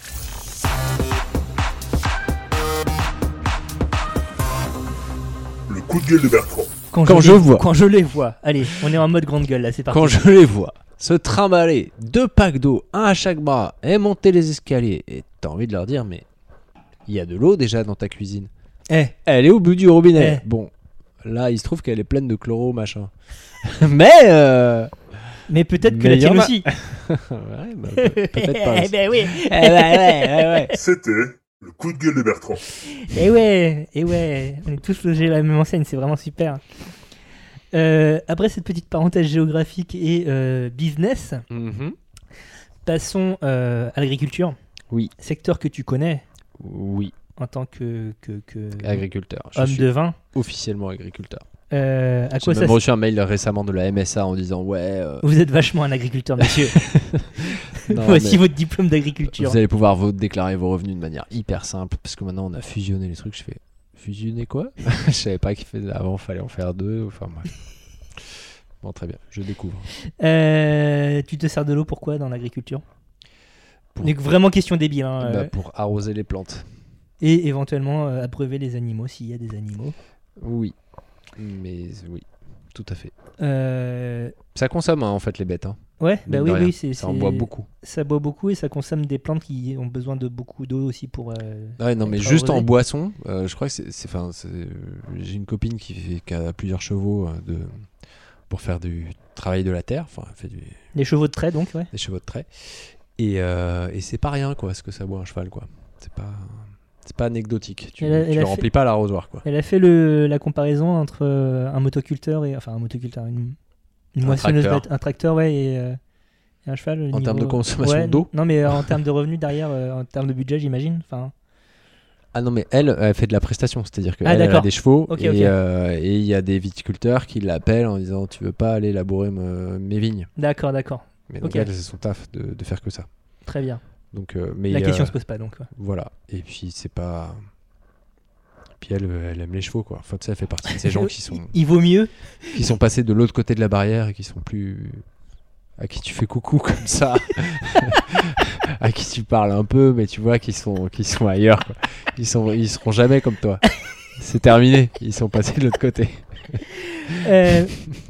Le coup de gueule de Bertrand. Quand, Quand je, je les, vois. quand je les vois. Allez, on est en mode grande gueule là, c'est parti. Quand je les vois se trimballer deux packs d'eau, un à chaque bras, et monter les escaliers, et t'as envie de leur dire, mais il y a de l'eau déjà dans ta cuisine. Eh, Elle est au bout du robinet. Eh. Bon, là, il se trouve qu'elle est pleine de chloro, machin. mais. Euh... mais peut-être que Mais la il y en tienne a- aussi. ouais, bah, pe- peut-être pas. Eh ben oui. Eh ouais, ouais, ouais, ouais. C'était le coup de gueule de Bertrand. Et ouais, et ouais, on est tous logés à la même enseigne, c'est vraiment super. Euh, après cette petite parenthèse géographique et euh, business, Mhm. passons euh, à l'agriculture. Oui. Secteur que tu connais Oui, en tant que, que, que agriculteur. Je homme suis de vin. officiellement agriculteur. Euh, à J'ai quoi ça même s- reçu un mail récemment de la M S A en disant ouais. euh, Vous êtes vachement un agriculteur, monsieur. non, Voici mais votre diplôme d'agriculture. vous allez pouvoir vous déclarer vos revenus de manière hyper simple parce que maintenant on a fusionné les trucs. Je fais fusionner quoi? Je savais pas qu'il fallait avant fallait en faire deux. Enfin bref. Bon très bien, je découvre. Euh, tu te sers de l'eau pourquoi dans l'agriculture? Pour- Donc vraiment question débile. Hein, Bah, euh, pour arroser les plantes. et éventuellement euh, abreuver les animaux s'il y a des animaux. Oui, mais oui, tout à fait. Euh, Ça consomme hein, en fait les bêtes. Hein. ouais, bah Mine oui, de rien. oui, c'est, Ça en c'est- boit beaucoup. Ça boit beaucoup et ça consomme des plantes qui ont besoin de beaucoup d'eau aussi pour. euh, Ouais, non, mais être juste en arrosées. boisson, euh, je crois que c'est. c'est- 'fin, c'est- euh, j'ai une copine qui, fait, qui a plusieurs chevaux euh, de, pour faire du travail de la terre, enfin, elle fait du, Les chevaux de trait donc, ouais. des chevaux de trait. Et, euh, et c'est pas rien, quoi, ce que ça boit un cheval, quoi. C'est pas, c'est pas anecdotique. Tu, Elle a- tu elle le a remplis pas à l'arrosoir, quoi. Elle a fait le, la comparaison entre euh, un motoculteur et. Enfin, un motoculteur, une, une Un moissonneuse, tracteur. bête- un tracteur, ouais, et, euh, et un cheval. au En niveau- termes de consommation Ouais, d'eau Non, mais euh, en termes de revenus derrière, euh, en termes de budget, j'imagine. Enfin, Ah non, mais elle, elle fait de la prestation, c'est-à-dire qu'elle Ah, elle a d'accord. des chevaux Ok, et ok. euh, et il y a des viticulteurs qui l'appellent en disant tu veux pas aller labourer me- mes vignes. d'accord, d'accord. Mais donc Ok. elle, c'est son taf de, de faire que ça. Très bien. Donc, euh, mais La euh, question se pose pas donc. ouais. Voilà. Et puis c'est pas. Puis elle, euh, elle aime les chevaux quoi. Enfin, tu sais, elle fait partie de ces gens qui sont Il vaut mieux. qui sont passés de l'autre côté de la barrière et qui sont plus à qui tu fais coucou comme ça, à qui tu parles un peu, mais tu vois qu'ils sont qui sont ailleurs. Quoi. Ils sont ils seront jamais comme toi. C'est terminé. Ils sont passés de l'autre côté. Euh,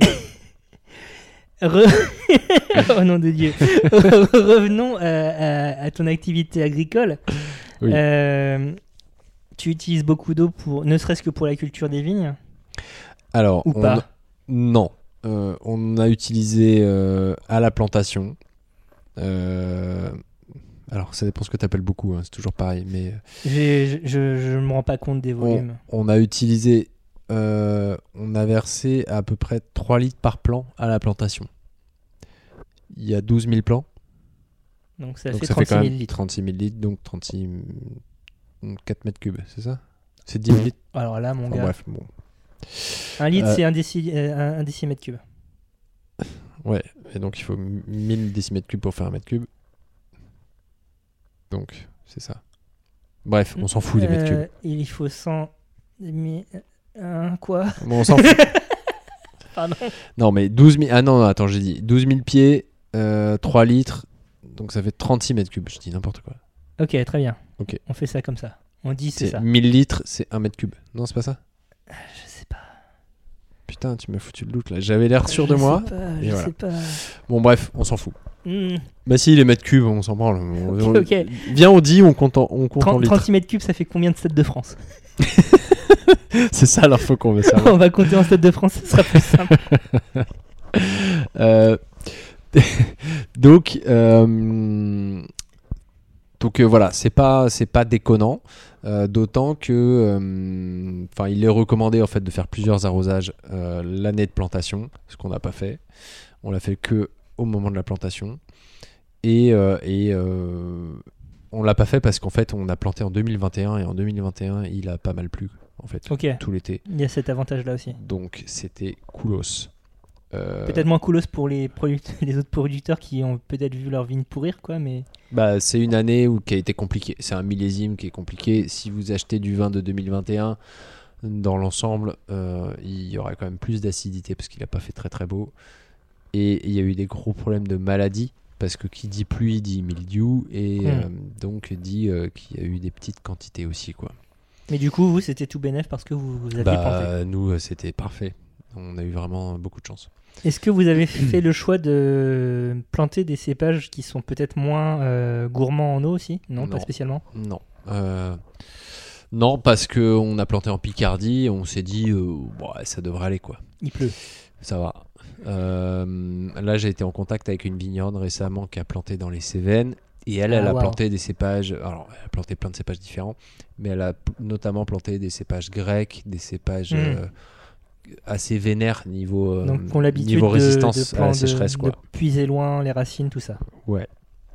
Re- oh nom de Dieu. Revenons à, à- à ton activité agricole. Oui. Euh, tu utilises beaucoup d'eau pour, ne serait-ce que pour la culture des vignes Alors ou on- pas? non, Euh, on a utilisé euh, à la plantation. Euh, alors ça dépend ce que tu appelles beaucoup. Hein, c'est toujours pareil, mais J'ai- Je, je, je me rends pas compte des on, volumes. on a utilisé, euh, on a versé à peu près trois litres par plant à la plantation. Il y a douze mille plants, Donc ça donc fait ça fait trente-six quand mille même litres. trente-six mille litres, donc trente-six, quatre mètres cubes, c'est ça? C'est dix mille litres? Alors là, mon Enfin, gars, bref, bon. un litre, Euh, c'est un, déci... euh, un, un décimètre cube. Ouais, et donc il faut mille décimètres cubes pour faire un mètre cube. Donc, c'est ça. Bref, on s'en fout des mètres Euh, cubes. Il faut cent... mi- un quoi? Bon, on s'en fout. Pardon. Non, mais douze mille. Ah non, non, attends, j'ai dit douze mille pieds, euh, trois litres. Donc ça fait trente-six mètres cubes. Je dis n'importe quoi. Ok, très bien. Ok. On fait ça comme ça. On dit c'est C'est ça. mille litres, c'est un mètre cube. Non, c'est pas ça? Je sais pas. putain, tu m'as foutu le doute là. J'avais l'air sûr de Je moi. sais pas, et je voilà. sais pas. Bon, bref, on s'en fout. Hmm. Bah, si, les mètres cubes, on s'en branle. On- Ok, ok. Viens, on dit, on compte en, on compte en trente, litres. trente mètres cubes, ça fait combien de stades de France? C'est ça l'info qu'on veut savoir. On va compter en stade de France, ce sera plus simple. Euh, donc, euh, donc euh, voilà, c'est pas, c'est pas déconnant. Euh, d'autant que, enfin, euh, il est recommandé en fait de faire plusieurs arrosages euh, l'année de plantation, ce qu'on n'a pas fait. On l'a fait que au moment de la plantation, et, euh, et euh, on l'a pas fait parce qu'en fait, on a planté en deux mille vingt et un et en deux mille vingt et un, il a pas mal plu en fait, Ok, tout l'été. il y a cet avantage-là aussi. Donc, c'était coolos. Euh, Peut-être moins coolos pour les, product- les autres producteurs qui ont peut-être vu leur vigne pourrir, quoi, mais... Bah, c'est une année où, qui a été compliquée. C'est un millésime qui est compliqué. Si vous achetez du vin de deux mille vingt et un, dans l'ensemble, euh, il y aura quand même plus d'acidité parce qu'il n'a pas fait très très beau. Et il y a eu des gros problèmes de maladie parce que qui dit pluie dit mildiou et Mm. euh, donc dit euh, qu'il y a eu des petites quantités aussi, quoi. Mais du coup, vous, c'était tout bénef parce que vous, vous aviez planté. Bah, nous, euh, c'était parfait. On a eu vraiment beaucoup de chance. Est-ce que vous avez fait le choix de planter des cépages qui sont peut-être moins euh, gourmands en eau aussi? Non, Non. pas spécialement. Non. Euh, non, parce qu'on a planté en Picardie et on s'est dit, euh, bon, ouais, ça devrait aller, quoi. Il pleut. Ça va. Euh, là, j'ai été en contact avec une vigneronne récemment qui a planté dans les Cévennes. Et elle, Ah, elle a wow. planté des cépages. Alors, elle a planté plein de cépages différents. Mais elle a p- notamment planté des cépages grecs, des cépages Mm. euh, assez vénères niveau, euh, Donc, ont l'habitude niveau de, résistance de, à la plan- sécheresse, de, quoi. de puiser loin les racines, tout ça. Ouais.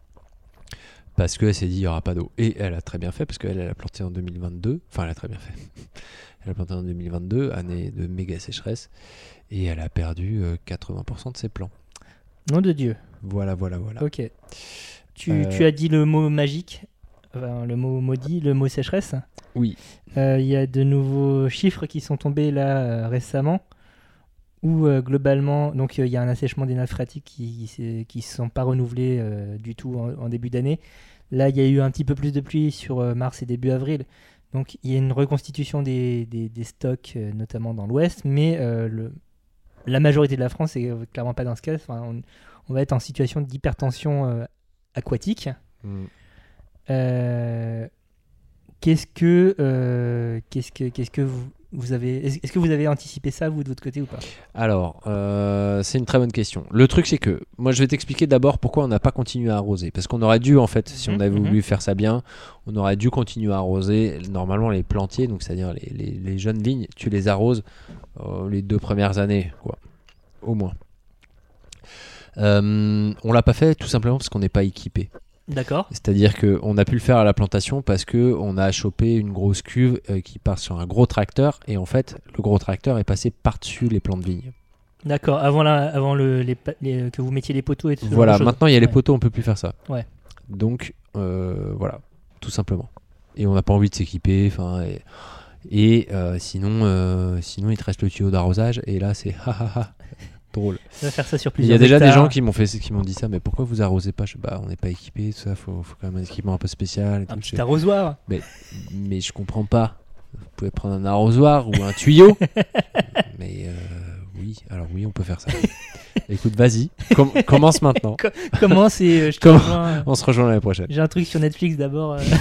Parce qu'elle s'est dit, il n'y aura pas d'eau. Et elle a très bien fait, parce qu'elle, elle a planté en deux mille vingt-deux. Enfin, elle a très bien fait. Elle a planté en deux mille vingt-deux, année de méga sécheresse. Et elle a perdu euh, quatre-vingts pour cent de ses plants. Nom de Dieu. Voilà, voilà, voilà. Ok. Tu, Euh, tu as dit le mot magique, enfin, le mot maudit, le mot sécheresse. Oui. Euh, Il y a de nouveaux chiffres qui sont tombés là euh, récemment, où euh, globalement, donc il y a un assèchement des nappes phréatiques qui ne qui sont pas renouvelés euh, du tout en, en début d'année. Là, il y a eu un petit peu plus de pluie sur euh, mars et début avril. Donc il y a une reconstitution des, des, des stocks, euh, notamment dans l'ouest, mais euh, le, la majorité de la France est euh, clairement pas dans ce cas. Enfin, on, on va être en situation d'hypertension euh, aquatique. Mm. Euh, qu'est-ce que, euh, qu'est-ce que, qu'est-ce que vous, vous avez, est-ce, est-ce que vous avez anticipé ça vous de votre côté ou pas? Alors, euh, c'est une très bonne question. Le truc, c'est que moi, je vais t'expliquer d'abord pourquoi on n'a pas continué à arroser. Parce qu'on aurait dû, en fait, si on Mhm, avait mhm. voulu faire ça bien, on aurait dû continuer à arroser. Normalement, les plantiers, donc c'est-à-dire les, les, les jeunes lignes, tu les arroses euh, les deux premières années, quoi, au moins. Euh, on l'a pas fait tout simplement parce qu'on n'est pas équipé. D'accord. C'est-à-dire qu'on a pu le faire à la plantation parce qu'on a chopé une grosse cuve euh, qui part sur un gros tracteur et en fait le gros tracteur est passé par-dessus les plants de vigne. D'accord. Avant, la, avant le, les, pa- les- que vous mettiez les poteaux et tout. ce genre Voilà, de choses. maintenant il y a les Ouais. poteaux, on peut plus faire ça. Ouais. Donc euh, voilà, tout simplement. Et on n'a pas envie de s'équiper, enfin et, et, euh, sinon euh, sinon il te reste le tuyau d'arrosage et là c'est ha ha ha drôle. On va faire ça sur Il plusieurs y a déjà des hectares. gens qui m'ont fait qui m'ont dit ça, mais pourquoi vous arrosez pas? Je sais, bah on n'est pas équipé, tout ça, faut, faut quand même un équipement un peu spécial et Un tout. petit Je sais, arrosoir. mais je comprends pas. Vous pouvez prendre un arrosoir ou un tuyau. Mais euh, oui, alors oui, on peut faire ça. Écoute, vas-y, com- commence maintenant. Comment c'est euh, je te Comment- rejoins. On se rejoint l'année prochaine. J'ai un truc sur Netflix d'abord. euh,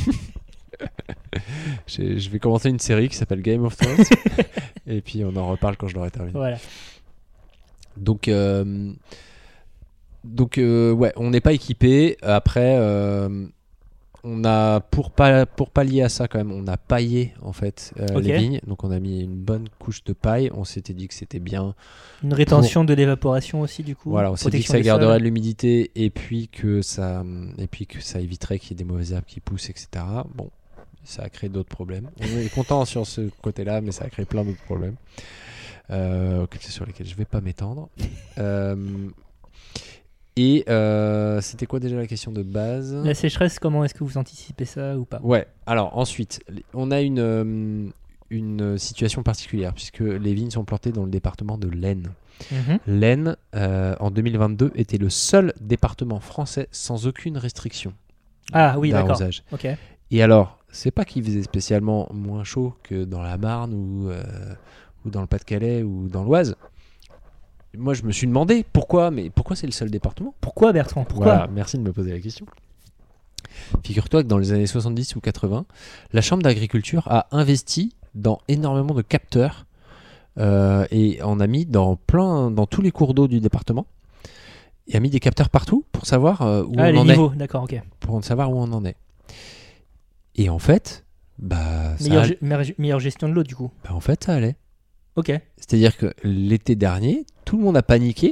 J'ai- Je vais commencer une série qui s'appelle Game of Thrones. Et puis on en reparle quand je l'aurai terminé. voilà. Donc, euh, donc euh, ouais, on n'est pas équipé. Après, euh, on a pour, pa- pour pallier à ça quand même, on a paillé en fait euh, Ok. les vignes. Donc on a mis une bonne couche de paille. On s'était dit que c'était bien. Une rétention de l'évaporation aussi du coup. Voilà, on s'est dit que Protection ça des garderait sols. de l'humidité et puis que ça, et puis que ça éviterait qu'il y ait des mauvaises herbes qui poussent, et cetera. Bon, ça a créé d'autres problèmes. On est content sur ce côté-là, mais ça a créé plein d'autres problèmes. Euh, sur lesquels je vais pas m'étendre. Euh, et euh, c'était quoi déjà la question de base? La sécheresse, comment est-ce que vous anticipez ça ou pas? Ouais, alors ensuite, on a une, euh, une situation particulière puisque les vignes sont plantées dans le département de l'Aisne. Mhm. L'Aisne, euh, en deux mille vingt-deux, était le seul département français sans aucune restriction Ah oui, d'accord. d'arrosage. Ok. Et alors, c'est pas qu'il faisait spécialement moins chaud que dans la Marne ou, euh, ou dans le Pas-de-Calais ou dans l'Oise. Moi, je me suis demandé pourquoi, mais pourquoi c'est le seul département ? Pourquoi, Bertrand ? Pourquoi ? Voilà, merci de me poser la question. Figure-toi que dans les années soixante-dix ou quatre-vingts, la Chambre d'agriculture a investi dans énormément de capteurs euh, et en a mis dans, plein, dans tous les cours d'eau du département. Il a mis des capteurs partout pour savoir euh, où ah, on les en niveaux, est. D'accord, ok. Pour savoir où on en est. Et en fait, bah, ça Meilleure, allait. ge- meilleure- meilleure gestion de l'eau, du coup. Bah, en fait, ça allait. Ok. C'est-à-dire que l'été dernier, tout le monde a paniqué,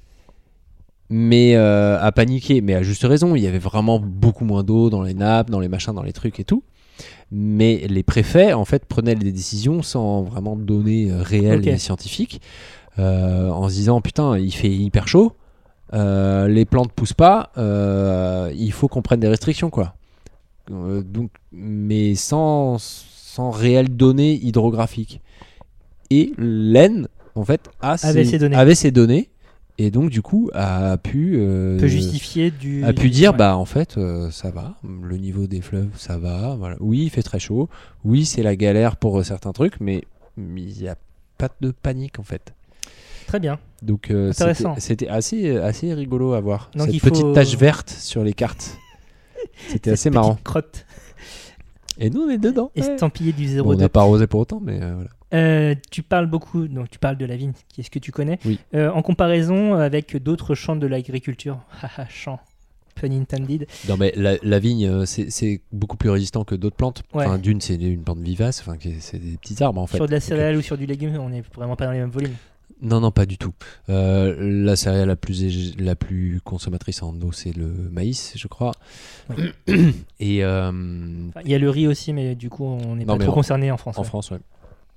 mais euh, a paniqué, mais à juste raison. Il y avait vraiment beaucoup moins d'eau dans les nappes, dans les machins, dans les trucs et tout. Mais les préfets, en fait, prenaient des décisions sans vraiment données euh, réelles Ok. et scientifiques, euh, en se disant putain, il fait hyper chaud, euh, les plantes poussent pas, euh, il faut qu'on prenne des restrictions, quoi. Euh, donc, mais sans, sans réelles données hydrographiques. Et l'E N, en fait, a Avait ses, ces données. avait ces données, et donc du coup a pu euh, Peut justifier du. a pu dire Ouais. bah en fait euh, ça va, le niveau des fleuves ça va, voilà. Oui il fait très chaud, oui c'est la galère pour certains trucs, mais il n'y a pas de panique en fait. Très bien. Donc euh, Intéressant. c'était, c'était assez assez rigolo à voir, Donc, cette il faut- petite tache verte sur les cartes. C'était assez Cette marrant. petite crotte Et nous on est dedans. Ouais. estampillée du Bon, zéro on deux. n'a pas arrosé pour autant, mais euh, voilà. Euh, tu parles beaucoup, donc tu parles de la vigne, qui est-ce que tu connais Oui. Euh, en comparaison avec d'autres champs de l'agriculture. Haha, champ. Pun intended. Non mais la, la vigne euh, c'est, c'est beaucoup plus résistant que d'autres plantes. Ouais. Enfin d'une c'est une plante vivace, enfin qui est- c'est des petits arbres en fait. Sur de la Donc, céréale ou sur du légume, on n'est vraiment pas dans les mêmes volumes. Non, non, pas du tout. Euh, la céréale la plus, ég- la plus consommatrice en eau, c'est le maïs, je crois. Et euh, Enfin, il y a le riz aussi, mais du coup, on n'est Non, pas mais trop en- concerné en France. en ouais. France, ouais.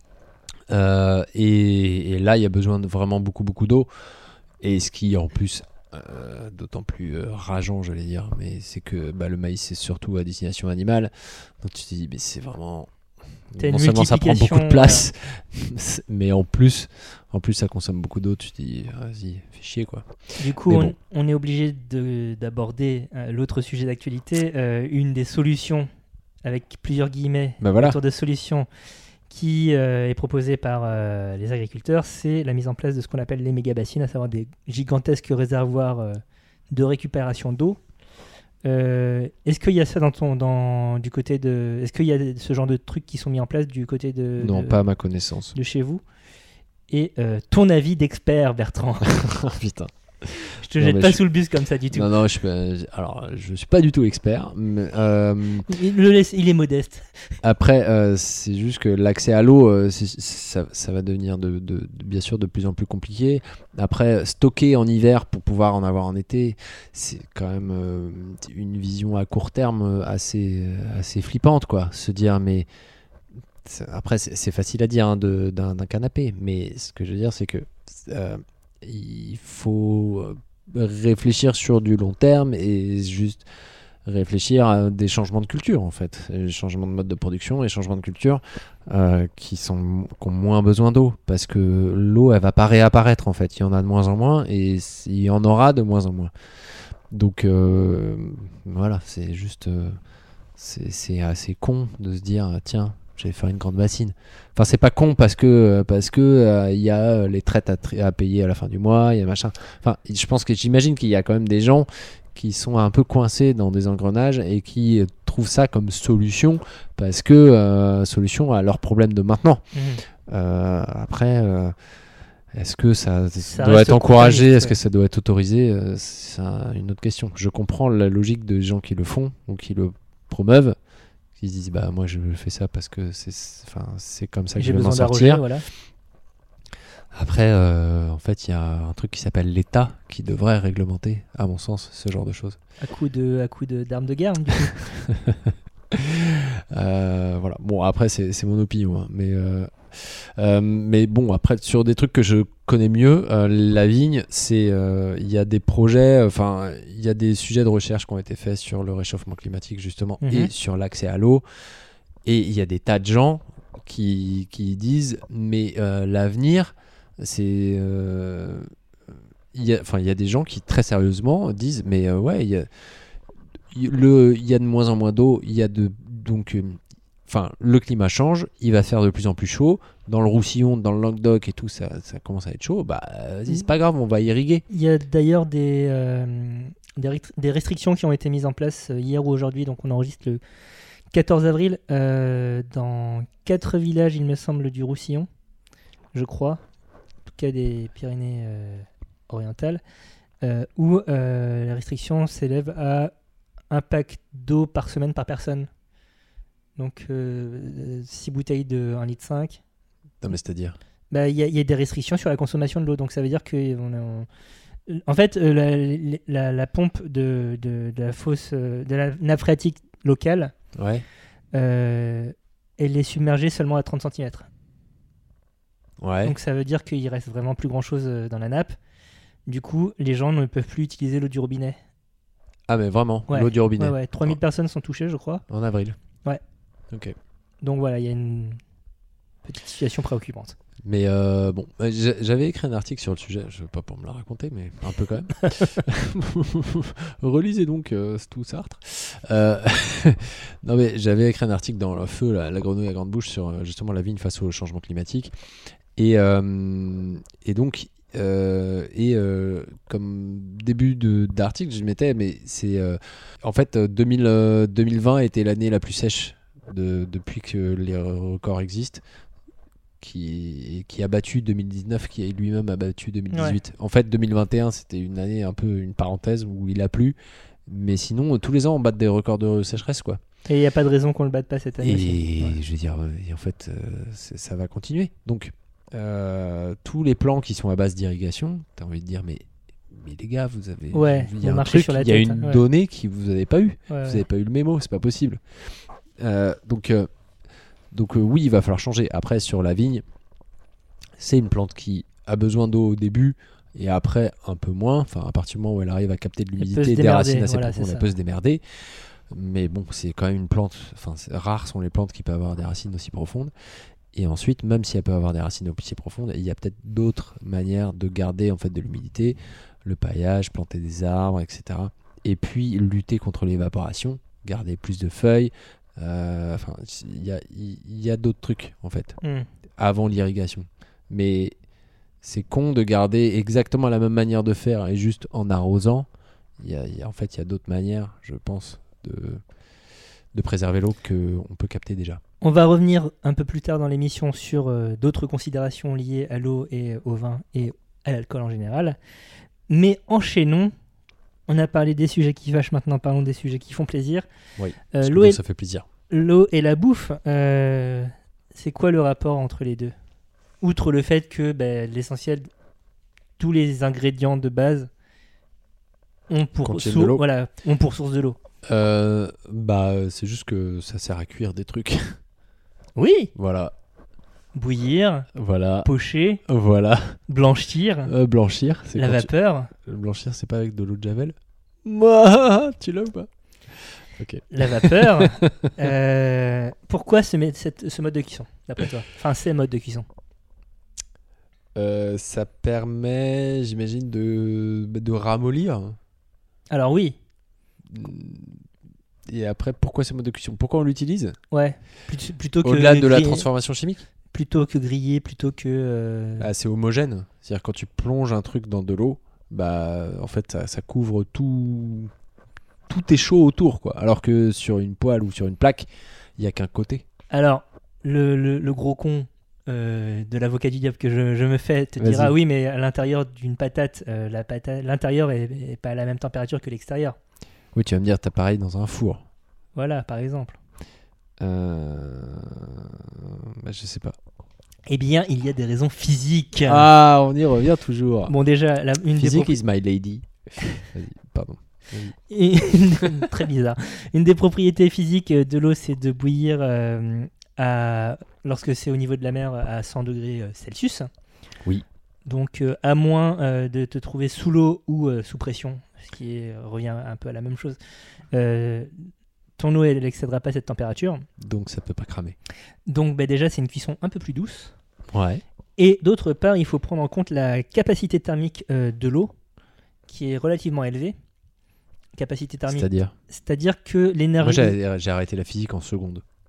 Euh, et, et là, il y a besoin de vraiment beaucoup, beaucoup d'eau. Et ce qui, en plus, euh, d'autant plus euh, rageant, j'allais dire, mais c'est que bah, le maïs, c'est surtout à destination animale. Donc tu te dis, mais c'est vraiment. T'as une Non seulement ça prend beaucoup de multiplication, place, mais en plus, en plus, ça consomme beaucoup d'eau. Tu te dis, vas-y, fais chier, quoi. Du coup, Mais on, bon. on est obligé de- d'aborder euh, l'autre sujet d'actualité, euh, une des solutions, avec plusieurs guillemets, Bah voilà. autour de solutions qui euh, est proposée par euh, les agriculteurs, c'est la mise en place de ce qu'on appelle les méga-bassines, à savoir des gigantesques réservoirs euh, de récupération d'eau. Euh, est-ce qu'il y a ça dans ton, dans, du côté de... Est-ce qu'il y a ce genre de trucs qui sont mis en place du côté de, Non, de, pas à ma connaissance. de chez vous? Et euh, ton avis d'expert, Bertrand? Oh, putain. Je te Non, jette mais pas je- sous le bus comme ça du tout. Non, non, je suis pas, alors, je suis pas du tout expert. Mais, euh, Il, le laisse- il est modeste. après, euh, c'est juste que l'accès à l'eau, euh, c'est- ça, ça va devenir de, de- de- bien sûr de plus en plus compliqué. Après, stocker en hiver pour pouvoir en avoir en été, c'est quand même euh, une vision à court terme euh, assez, assez flippante, quoi. Se dire, mais c'est- après, c'est c'est facile à dire hein, de- d'un d'un canapé, mais ce que je veux dire, c'est que euh, il faut euh, réfléchir sur du long terme et juste réfléchir à des changements de culture en fait, des changements de mode de production et changements de culture euh, qui sont qui ont moins besoin d'eau parce que l'eau elle va pas réapparaître en fait, il y en a de moins en moins et il y en aura de moins en moins. Donc euh, voilà, c'est juste euh, c'est c'est assez con de se dire tiens je vais faire une grande bassine. Enfin, c'est pas con parce que parce que euh, il y a euh, les traites à, tri- à payer à la fin du mois, il y a machin. Enfin, je pense que j'imagine qu'il y a quand même des gens qui sont un peu coincés dans des engrenages et qui euh, trouvent ça comme solution parce que euh, solution à leurs problèmes de maintenant. Mhm. Euh, après, euh, est-ce que ça, Ça doit reste être encouragé, opportuniste, est-ce ouais. que ça doit être autorisé euh, c'est un- une autre question. Je comprends la logique des gens qui le font ou qui le promeuvent. Ils se disent bah moi je fais ça parce que c'est enfin c'est comme ça que J'ai je vais m'en besoin d'arroser, sortir. voilà. Après euh, en fait il y a un truc qui s'appelle l'État qui devrait réglementer à mon sens ce genre de choses. À coup de, à coup de d'armes de guerre. Du coup. Euh, voilà. Bon après c'est c'est mon opinion hein, mais euh, euh, mais bon après sur des trucs que je connais mieux euh, la vigne c'est euh, il y a des projets enfin il y a des sujets de recherche qui ont été faits sur le réchauffement climatique justement Mhm. et sur l'accès à l'eau et il y a des tas de gens qui qui disent mais euh, l'avenir c'est euh, il y a enfin il y a des gens qui très sérieusement disent mais euh, ouais il y a il- le il y a de moins en moins d'eau il y a de donc euh, enfin, le climat change, il va faire de plus en plus chaud. Dans le Roussillon, dans le Languedoc et tout, ça, ça commence à être chaud. Bah, vas-y, c'est pas grave, on va irriguer. Il y a d'ailleurs des, euh, des, restri- des restrictions qui ont été mises en place euh, hier ou aujourd'hui, donc on enregistre le quatorze avril, euh, dans quatre villages, il me semble, du Roussillon, je crois, en tout cas des Pyrénées euh, orientales, euh, où euh, la restriction s'élève à un pack d'eau par semaine par personne. Donc six bouteilles de un virgule cinq litre. Non, mais c'est-à-dire Bah, il y, a- il y a des restrictions sur la consommation de l'eau, donc ça veut dire que on a- on- en fait euh, la, la- la pompe de, de- de la fosse euh, de la nappe phréatique locale, Ouais. euh, elle est submergée seulement à trente centimètres. Ouais. Donc ça veut dire qu'il reste vraiment plus grand chose dans la nappe. Du coup, les gens ne peuvent plus utiliser l'eau du robinet. Ah, mais vraiment, Ouais. l'eau du robinet. Ouais, ouais, trois mille personnes sont touchées, je crois. En avril. Ouais. Ok. Donc voilà, il y a une petite situation préoccupante. Mais euh, bon, euh, j'a- j'avais écrit un article sur le sujet, je veux pas pour me la raconter, mais un peu quand même. Relisez donc euh, tout Sartre. Euh, non mais j'avais écrit un article dans Le Feu, la, la grenouille à grande bouche, sur euh, justement la vigne face au changement climatique. Et, euh, et donc, euh, et euh, comme début de, d'article, je mettais, mais c'est euh, en fait euh, deux mille, euh, deux mille vingt était l'année la plus sèche de, depuis que les records existent. Qui, qui a battu deux mille dix-neuf, qui lui-même a battu deux mille dix-huit. Ouais. En fait, deux mille vingt et un, c'était une année un peu une parenthèse où il a plu. Mais sinon, tous les ans, on bat des records de sécheresse, quoi. Et il n'y a pas de raison qu'on le batte pas cette année. Et aussi. Ouais. je veux dire, en fait, euh, ça va continuer. Donc, euh, tous les plans qui sont à base d'irrigation, t'as envie de dire, mais, mais les gars, vous avez. Ouais, il y a vous un marchez truc, sur la il y a tête, une ouais. donnée que vous n'avez pas eue. Ouais, vous ouais. n'avez pas eu le mémo, c'est pas possible. Euh, donc, euh, donc euh, oui, il va falloir changer. Après, sur la vigne, c'est une plante qui a besoin d'eau au début et après un peu moins. Enfin, à partir du moment où elle arrive à capter de l'humidité, des racines assez voilà, profondes, c'est elle ça. peut se démerder. Mais bon, c'est quand même une plante. Enfin, c'est- rares sont les plantes qui peuvent avoir des racines aussi profondes. Et ensuite, même si elle peut avoir des racines aussi profondes, il y a peut-être d'autres manières de garder en fait de l'humidité, le paillage, planter des arbres, et cetera. Et puis lutter contre l'évaporation, garder plus de feuilles. Euh, Enfin, il y a, il y a d'autres trucs en fait Mm. avant l'irrigation. Mais c'est con de garder exactement la même manière de faire et juste en arrosant. Il y a, il y a- en fait, il y a d'autres manières, je pense, de, de préserver l'eau qu'on peut capter déjà. On va revenir un peu plus tard dans l'émission sur euh, d'autres considérations liées à l'eau et au vin et à l'alcool en général. Mais enchaînons. On a parlé des sujets qui fâchent, maintenant parlons des sujets qui font plaisir. Oui, Euh, parce que l'eau, bon, et, ça fait plaisir. l'eau et la bouffe, euh, c'est quoi le rapport entre les deux ? Outre le fait que ben, l'essentiel, tous les ingrédients de base ont pour, Contiennent sour- de l'eau. voilà, ont pour source de l'eau. Euh, bah, c'est juste que ça sert à cuire des trucs. Oui, Voilà, bouillir, voilà, pocher, voilà. blanchir, Euh, blanchir, c'est la quand tu- vapeur. Blanchir, c'est pas avec de l'eau de javel. Mouah, tu l'as ou pas? Ok. La vapeur. euh, pourquoi ce, mé- cette- ce mode de cuisson, d'après toi ? Enfin, ces modes de cuisson. Euh, ça permet, j'imagine, de, de ramollir. Alors oui, Et après, pourquoi ce mode de cuisson? Pourquoi on l'utilise? ouais. Plut- Plutôt que Au-delà de la griller- transformation chimique? Plutôt que griller, plutôt que. euh, Ah, c'est homogène. C'est-à-dire quand tu plonges un truc dans de l'eau, bah en fait ça, ça couvre tout. Tout est chaud autour, quoi. Alors que sur une poêle ou sur une plaque, il y a qu'un côté. Alors, le, le- le gros con euh, de l'avocat du diable que je, je me fais te Vas-y. dira oui, mais à l'intérieur d'une patate, euh, la patate, l'intérieur est, est pas à la même température que l'extérieur. Oui, tu vas me dire, t'as pareil dans un four. Voilà, par exemple. Euh... Bah, je sais pas. Eh bien, il y a des raisons physiques. Ah, on y revient toujours. Bon, déjà, la, une des Physique propri- is my lady. Vas-y, pardon. Et- très bizarre. Une des propriétés physiques de l'eau, c'est de bouillir euh, à, lorsque c'est au niveau de la mer à cent degrés Celsius. Oui. Donc, euh, à moins euh, de te trouver sous l'eau ou euh, sous pression, ce qui est, revient un peu à la même chose, euh, ton eau, elle n'excédera pas cette température. Donc ça peut pas cramer. Donc, bah, déjà, c'est une cuisson un peu plus douce. Ouais. Et d'autre part, il faut prendre en compte la capacité thermique euh, de l'eau, qui est relativement élevée. Capacité thermique, C'est-à-dire c'est-à-dire que Moi l'énergie... j'ai j'ai arrêté la physique en seconde.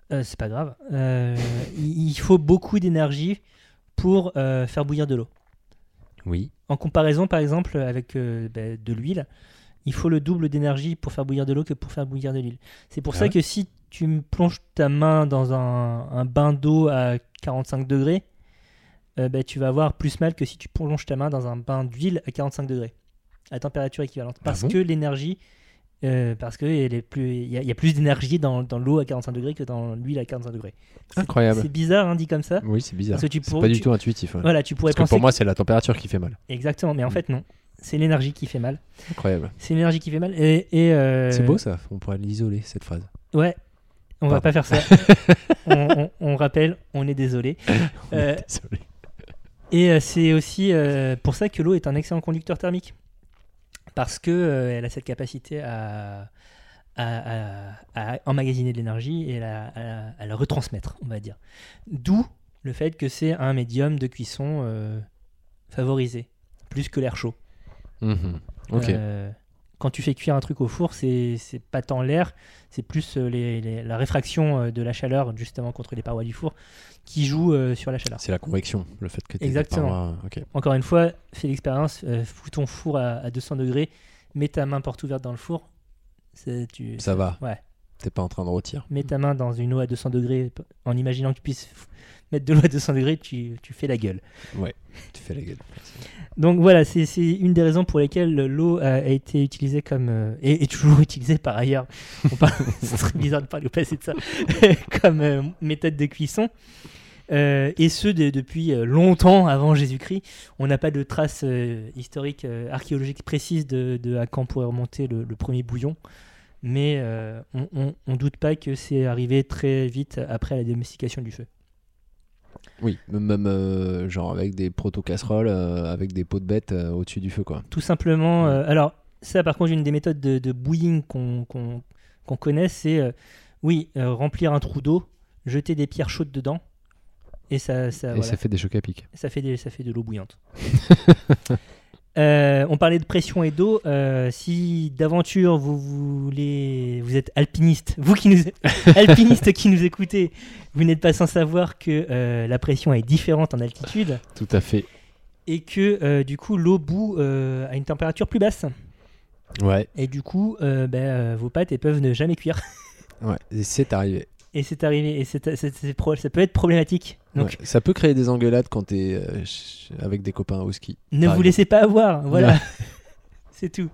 Euh, c'est pas grave. Euh, il il faut beaucoup d'énergie pour euh, faire bouillir de l'eau. Oui. En comparaison, par exemple, avec euh, bah, de l'huile, il faut le double d'énergie pour faire bouillir de l'eau que pour faire bouillir de l'huile. C'est pour Ah ça ouais que si tu me plonges ta main dans un, un bain d'eau à quarante-cinq degrés, euh, bah, tu vas avoir plus mal que si tu plonges ta main dans un bain d'huile à quarante-cinq degrés, à température équivalente. Parce bon que l'énergie, euh, parce que elle est plus, il y, a- il y a plus d'énergie dans, dans l'eau à quarante-cinq degrés que dans l'huile à quarante-cinq degrés. C'est- Incroyable. C'est bizarre, hein, dit comme ça. Oui, c'est bizarre. Parce que tu C'est pour- pas du tu- tout intuitif. ouais. Voilà, tu pourrais Parce que penser pour moi, c'est la température qui fait mal. exactement, mais en Mm. fait non. C'est l'énergie qui fait mal. Incroyable. C'est l'énergie qui fait mal. Et, et, euh, C'est beau ça. On pourrait l'isoler cette phrase. Ouais. On va Pardon. pas faire ça. on, on- on rappelle, on est désolé. Euh, Désolé. et euh, c'est aussi euh, pour ça que l'eau est un excellent conducteur thermique. Parce que euh, elle a cette capacité à, à, à- à emmagasiner de l'énergie et à, à- à la retransmettre, on va dire. D'où le fait que c'est un médium de cuisson euh, favorisé, plus que l'air chaud. Mhm. Ok. Euh, quand tu fais cuire un truc au four, c'est c'est pas tant l'air, c'est plus euh, les- les- la réfraction euh, de la chaleur justement contre les parois du four qui joue euh, sur la chaleur. C'est la convection, le fait que tu Exactement. Ok. Encore une fois, fais l'expérience, euh, fous ton four à, à deux cents degrés, mets ta main porte ouverte dans le four, c'est- tu, Ça va. Ouais. T'es pas en train de rôtir. Mets ta main dans une eau à deux cents degrés en imaginant que tu puisses f- mettre de l'eau à deux cents degrés, tu, tu fais la gueule. Ouais. Tu fais la gueule. Donc voilà, c'est c'est une des raisons pour lesquelles l'eau a, a été utilisée comme euh, et est toujours utilisée par ailleurs. On parle, ce serait bizarre de parler au passé de ça comme euh, méthode de cuisson. Euh, et ce de- depuis euh, longtemps avant Jésus-Christ. On n'a pas de traces euh, historiques, euh, archéologiques précises de, de à quand pourrait remonter le, le premier bouillon, mais euh, on, on, on doute pas que c'est arrivé très vite après la domestication du feu. Oui, même euh, genre avec des proto-casseroles, euh, avec des pots de bête euh, au-dessus du feu, quoi. Tout simplement. euh, alors, ça, par contre, une des méthodes de, de bouilling qu'on qu'on qu'on connaît, c'est euh, oui, euh, remplir un trou d'eau, jeter des pierres chaudes dedans, et ça, ça, Et voilà, ça fait des chocs à pic. ça fait, des, ça fait de l'eau bouillante. Euh, on parlait de pression et d'eau. euh, si d'aventure vous voulez, vous êtes alpiniste, vous qui nous, alpiniste qui nous écoutez, vous n'êtes pas sans savoir que euh, la pression est différente en altitude Tout à fait. et que euh, du coup l'eau bout euh, à une température plus basse. Ouais. Et du coup, euh, ben, euh, vos pâtes elles peuvent ne jamais cuire. Ouais. Et c'est arrivé. Et c'est arrivé. Et c'est, c'est- c'est pro- ça peut être problématique. Donc, Ouais. Ça peut créer des engueulades quand t'es euh, ch- avec des copains au ski. ne par vous exemple. laissez pas avoir. Voilà. Ouais. C'est tout.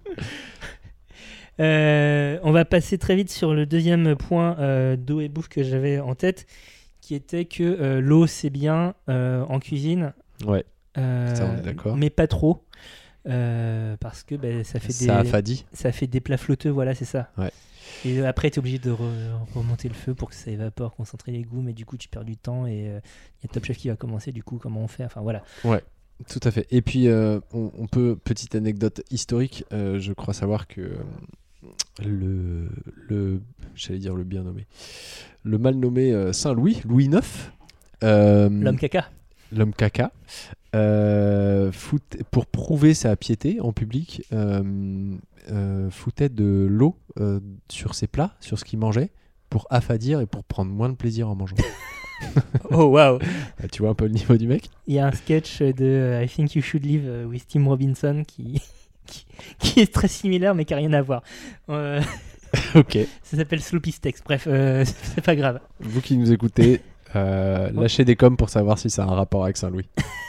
Euh, on va passer très vite sur le deuxième point euh, d'eau et bouffe que j'avais en tête, qui était que euh, l'eau c'est bien euh, en cuisine. Ouais. euh, Ça, on est d'accord. Mais pas trop. euh, parce que ben, ça fait des Ça a fadi. ça fait des plats flotteux, voilà, c'est ça. Ouais. Et après, tu es obligé de re- remonter le feu pour que ça évapore, concentrer les goûts, mais du coup, tu perds du temps et il y a Top Chef qui va commencer, du coup, comment on fait. Enfin, voilà. Tout à fait. Et puis, euh, on, on peut, petite anecdote historique, euh, je crois savoir que euh, le, le, j'allais dire le bien nommé, le mal nommé euh, Saint-Louis, Louis neuf, euh, L'homme caca. l'homme caca, euh, fout- pour prouver sa piété en public, euh, euh, foutait de l'eau euh, sur ses plats, sur ce qu'il mangeait, pour affadir et pour prendre moins de plaisir en mangeant. Oh, waouh. Ah, tu vois un peu le niveau du mec? Il y a un sketch de euh, I Think You Should Live euh, with Tim Robinson qui, qui, qui est très similaire, mais qui n'a rien à voir. Euh, Ok. ça s'appelle Sloppy Steaks. Bref, euh, c'est pas grave. Vous qui nous écoutez, euh, lâchez des coms pour savoir si ça a un rapport avec Saint-Louis.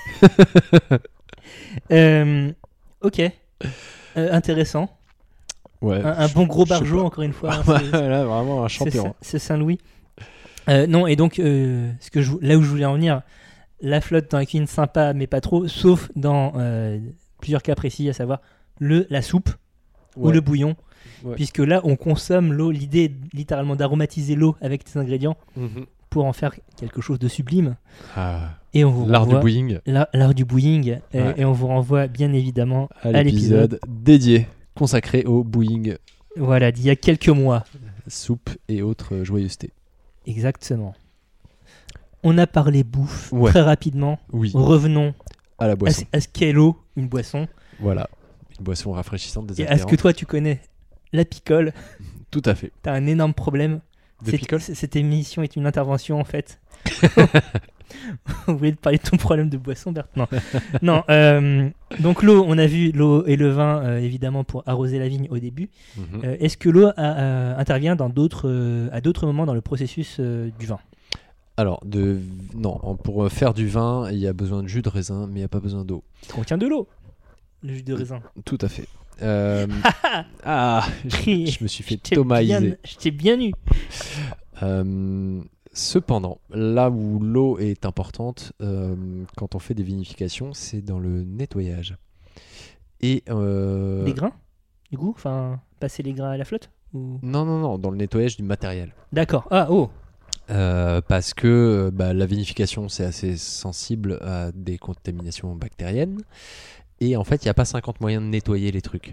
Euh, ok. Euh, intéressant. Ouais. Un, un bon gros je sais barjot, pas. encore une fois. hein, c'est- Là, vraiment un C'est champion. Saint- C'est Saint-Louis. Euh, non, et donc, euh, ce que je, là où je voulais en venir, la flotte dans la cuisine sympa, mais pas trop, sauf dans euh, plusieurs cas précis, à savoir le, la soupe ou Ouais. le bouillon, Ouais. puisque là, on consomme l'eau. L'idée est littéralement d'aromatiser l'eau avec des ingrédients Mhm. pour en faire quelque chose de sublime. Ah, Et on vous l'art du renvoie- bouilling la- l'art du bouilling, euh, Ouais. et on vous renvoie bien évidemment à à l'épisode. l'épisode dédié, consacré au bouilling, Voilà, d'il y a quelques mois. soupe et autres euh, joyeusetés. Exactement. On a parlé bouffe Ouais. très rapidement. Oui, Revenons à la à, boisson. ce- à ce qu'est l'eau, une boisson. Voilà, une boisson rafraîchissante, Et à ce que toi tu connais la picole, Tout à fait. t'as un énorme problème De Cette- pickle Cette émission est une intervention en fait. Vous voulez parler de ton problème de boisson, Berthe? Non. non euh, donc l'eau, on a vu l'eau et le vin euh, évidemment pour arroser la vigne au début. Mhm. Euh, Est-ce que l'eau a- a- intervient dans d'autres, euh, à d'autres moments dans le processus euh, du vin? Alors, de... non, en- pour euh, faire du vin, il y a besoin de jus de raisin, mais il n'y a pas besoin d'eau. Ça contient de l'eau, le jus de raisin. Tout à fait. Euh, ah, je, je me suis fait Je t'ai thomaïser. bien- Je t'ai bien eu. Euh, cependant, là où l'eau est importante, euh, quand on fait des vinifications, c'est dans le nettoyage. Et euh, Les grains, du coup, enfin, passer les grains à la flotte ou... non, non, non, dans le nettoyage du matériel. D'accord. Ah, oh. Euh, parce que euh, bah, la vinification, c'est assez sensible à des contaminations bactériennes. Et en fait, il n'y a pas cinquante moyens de nettoyer les trucs.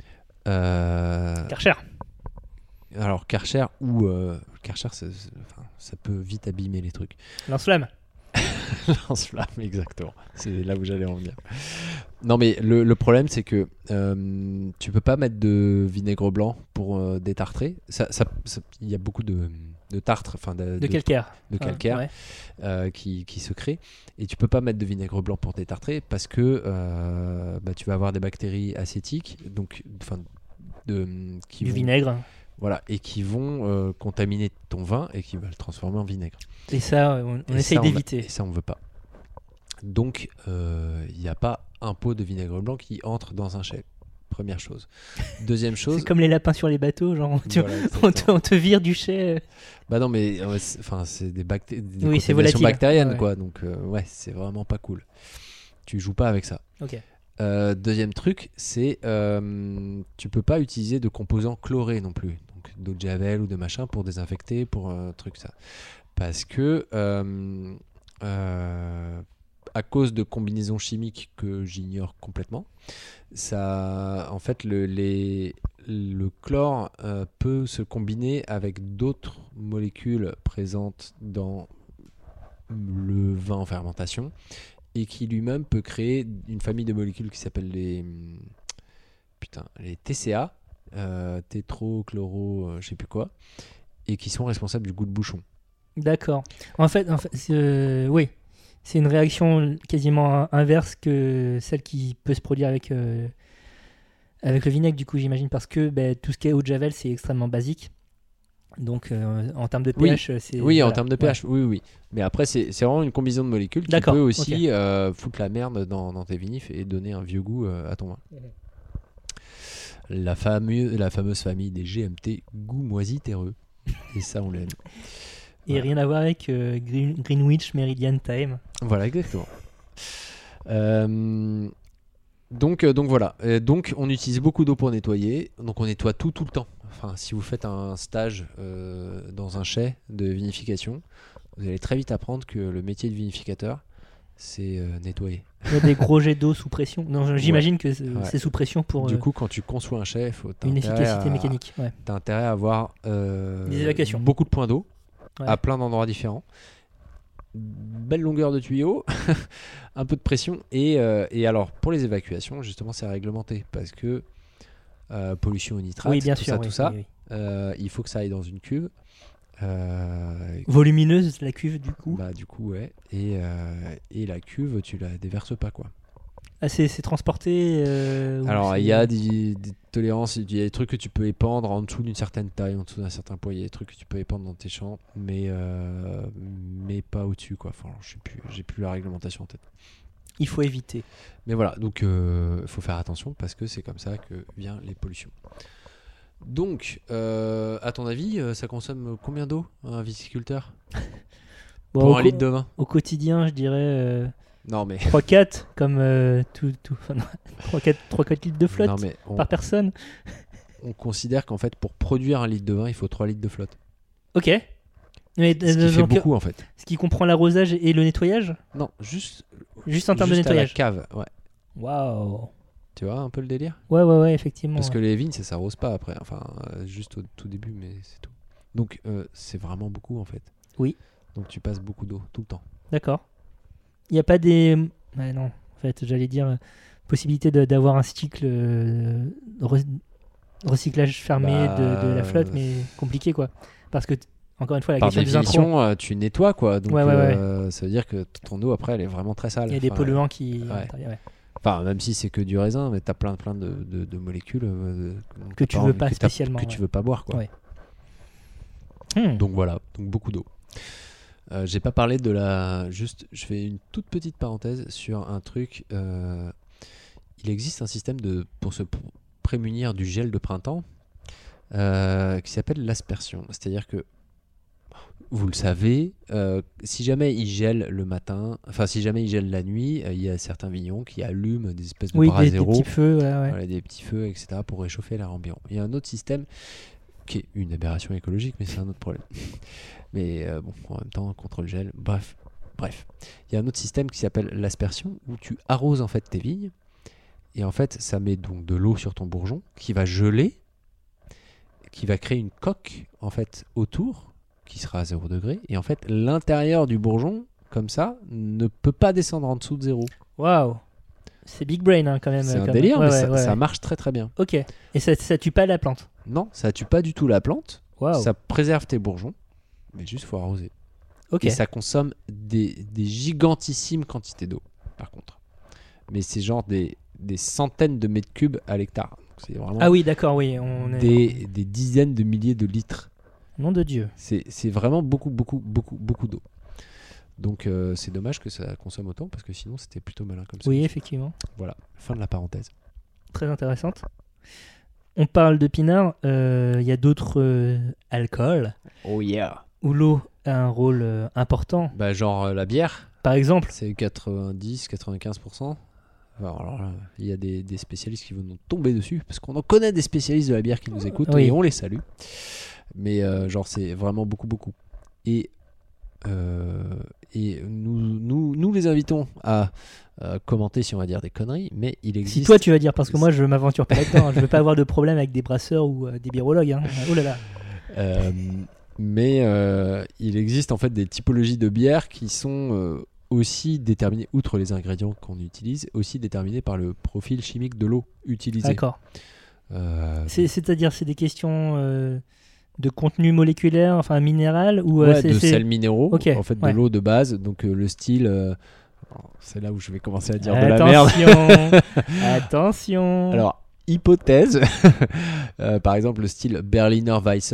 Euh, Karcher. alors, Karcher ou... Euh, Karcher, c'est- c'est- enfin, ça peut vite abîmer les trucs. Lance-flamme. Lance-flamme, exactement. C'est là où j'allais en venir. Non, mais le, le problème, c'est que euh, tu peux pas mettre de vinaigre blanc pour euh, détartrer. Ça, ça, ça- il y a beaucoup de, de tartre, enfin de, De calcaire. de Ah, calcaire ouais. euh, qui, qui se créent. Et tu peux pas mettre de vinaigre blanc pour détartrer parce que euh, bah, tu vas avoir des bactéries acétiques, donc, enfin, de, qui Du vont, vinaigre. voilà, et qui vont euh, contaminer ton vin et qui va le transformer en vinaigre. Et ça, on, on Et essaye ça, d'éviter. Et ça, on veut pas. Donc, il n'y a pas un pot de vinaigre blanc qui entre dans un chai. Première chose. Deuxième chose. C'est comme les lapins sur les bateaux, genre tu- Voilà, on, te, on te vire du chai. euh. Bah non, mais euh, c'est- enfin, c'est des, bacté- des Oui, c'est contaminations volatile. bactériennes, Ouais. quoi. Donc, euh, ouais, c'est vraiment pas cool. Tu joues pas avec ça. Ok. Euh, deuxième truc, c'est euh, tu peux pas utiliser de composants chlorés non plus, donc d'eau de javel ou de machin pour désinfecter, pour un truc ça, parce que euh, euh, à cause de combinaisons chimiques que j'ignore complètement, ça, en fait, le, les, le chlore euh, peut se combiner avec d'autres molécules présentes dans le vin en fermentation et qui lui-même peut créer une famille de molécules qui s'appelle les putain les T C A, euh, tétrochloro, euh, je sais plus quoi, et qui sont responsables du goût de bouchon. D'accord. En fait, en fait c'est, euh, oui, c'est une réaction quasiment inverse que celle qui peut se produire avec, euh, avec le vinaigre, du coup, j'imagine, parce que ben, tout ce qui est eau de javel, c'est extrêmement basique. Donc, euh, en termes de Oui. pH, c'est. Oui, en voilà. termes de pH, oui, oui. Mais après, c'est c'est vraiment une combinaison de molécules qui D'accord, peut aussi ok. euh, foutre la merde dans, dans tes vinifs et donner un vieux goût euh, à ton vin. La, fameux, la fameuse famille des G M T, goût moisi terreux. Et ça, on l'aime. Et Voilà. rien à voir avec euh, Green- Greenwich Meridian Time. Voilà, exactement. Euh, donc, euh, donc voilà. Euh, donc, on utilise beaucoup d'eau pour nettoyer. Donc, on nettoie tout, tout le temps. Enfin, si vous faites un stage euh, dans un chai de vinification, vous allez très vite apprendre que le métier de vinificateur, c'est euh, nettoyer. Il y a des gros jets d'eau sous pression. Non, j'imagine que c'est, Ouais. c'est sous pression pour Du euh, coup, quand tu conçois un chai, faut t'as une intérêt efficacité à- mécanique. Ouais. T'as intérêt à avoir euh, Des évacuations. beaucoup de points d'eau Ouais. à plein d'endroits différents. Belle longueur de tuyau, un peu de pression. Et, euh, et alors, pour les évacuations, justement, c'est réglementé parce que euh, pollution au nitrate, Oui, bien tout sûr. ça, oui, tout ça, oui, oui. euh, il faut que ça aille dans une cuve. Euh, Volumineuse, la cuve, du coup. bah, du coup, ouais. Et, euh, et la cuve, tu la déverses pas, quoi. Ah, c'est, c'est transporté. euh, ou Alors, c'est- il y a des, des tolérances, il y a des trucs que tu peux épandre en dessous d'une certaine taille, en dessous d'un certain poids. Il y a des trucs que tu peux épandre dans tes champs, mais, euh, mais pas au-dessus, quoi. Enfin, je sais plus, j'ai plus la réglementation en tête. Il faut éviter. Mais voilà, donc il euh, faut faire attention parce que c'est comme ça que viennent les pollutions. Donc, euh, à ton avis, euh, ça consomme combien d'eau un viticulteur Bon, pour au, un co- litre de vin? au quotidien, je dirais euh, Non, mais trois quatre, comme euh, tout. tout enfin, non, trois quatre litres de flotte non, mais on, par personne. on considère qu'en fait, pour produire un litre de vin, il faut trois litres de flotte. Ok. Mais, Ce euh, qui fait donc, beaucoup en fait. ce qui comprend l'arrosage et le nettoyage. Non, juste, Juste en termes de juste à la nettoyage. cave, ouais. Waouh. Tu vois un peu le délire? Ouais, ouais, ouais, effectivement. Parce que ouais. les vignes, ça s'arrose pas après. Enfin, euh, juste au tout début, mais c'est tout. Donc, euh, c'est vraiment beaucoup en fait. Oui. Donc, tu passes beaucoup d'eau tout le temps. D'accord. Il n'y a pas des. Ouais, non. En fait, j'allais dire euh, possibilité de- d'avoir un cycle euh, re- recyclage fermé Bah, de, de la flotte, euh, mais compliqué quoi. Parce que t- encore une fois, la Par question des intros. définition, euh, tu nettoies quoi. Donc Ouais, ouais, ouais. euh, ça veut dire que ton eau après elle est vraiment très sale. Il y a des Enfin, polluants qui. ouais. ouais. Enfin, même si c'est que du raisin, mais t'as plein, plein de, de, de molécules euh, Que tu veux envie- pas que t'as- spécialement, que ouais. tu veux pas boire quoi. Ouais. Hmm. Donc voilà, donc beaucoup d'eau. Euh, j'ai pas parlé de la. Juste, je fais une toute petite parenthèse sur un truc. euh, Il existe un système de pour se pr- prémunir du gel de printemps euh, qui s'appelle l'aspersion. C'est-à-dire que vous le savez, euh, si jamais il gèle le matin, enfin si jamais il gèle la nuit, euh, il y a certains vignerons qui allument des espèces de Oui, des, des braséros, petits feux, ouais, ouais. voilà, des petits feux, et cetera pour réchauffer l'air ambiant. Il y a un autre système qui est une aberration écologique, mais c'est un autre problème. Mais euh, bon, en même temps, contre le gel, bref. Bref, il y a un autre système qui s'appelle l'aspersion où tu arroses en fait tes vignes et en fait ça met donc de l'eau sur ton bourgeon qui va geler, qui va créer une coque en fait autour qui sera à zéro degré et en fait l'intérieur du bourgeon comme ça ne peut pas descendre en dessous de zéro. Waouh, c'est big brain hein, quand même. C'est euh, un quand délire, même. mais Ouais, ça, ouais, ça ouais. marche très très bien. Ok, et ça, ça tue pas la plante. Non, ça tue pas du tout la plante, Waouh. ça préserve tes bourgeons, mais juste faut arroser. Ok. Et ça consomme des, des gigantissimes quantités d'eau, par contre. Mais c'est genre des, des centaines de mètres cubes à l'hectare. Donc c'est vraiment Ah oui, d'accord, oui, on est. des, des dizaines de milliers de litres. Nom de Dieu. C'est, c'est vraiment beaucoup, beaucoup, beaucoup, beaucoup d'eau. Donc euh, c'est dommage que ça consomme autant, parce que sinon c'était plutôt malin comme ça. Oui, effectivement. Voilà, fin de la parenthèse. Très intéressante. On parle de pinard. euh, Il y a d'autres euh, alcools Oh yeah. où l'eau a un rôle euh, important. Bah genre euh, la bière, Par exemple, c'est quatre-vingt-dix à quatre-vingt-quinze pour cent. Alors, alors là, il y a des, des spécialistes qui vont nous tomber dessus, parce qu'on en connaît des spécialistes de la bière qui nous écoutent, Oui. et on les salue. Mais euh, genre c'est vraiment beaucoup, beaucoup. Et, euh, et nous, nous, nous les invitons à euh, commenter si on va dire des conneries, mais il existe... si toi tu vas dire, parce que moi je m'aventure pas là-dedans, hein, je veux pas avoir de problème avec des brasseurs ou euh, des birologues. Hein. Oh là là. Euh, mais euh, il existe en fait des typologies de bières qui sont euh, aussi déterminées, outre les ingrédients qu'on utilise, aussi déterminées par le profil chimique de l'eau utilisée. D'accord. Euh, C'est, c'est-à-dire, c'est des questions euh, de contenu moléculaire, enfin minéral ou euh, ouais, c'est, de c'est- sels minéraux, Ok, en fait de ouais. l'eau de base, donc euh, le style... euh, c'est là où je vais commencer à dire de la merde. Attention, attention. Alors, hypothèse, euh, par exemple, le style Berliner Weisse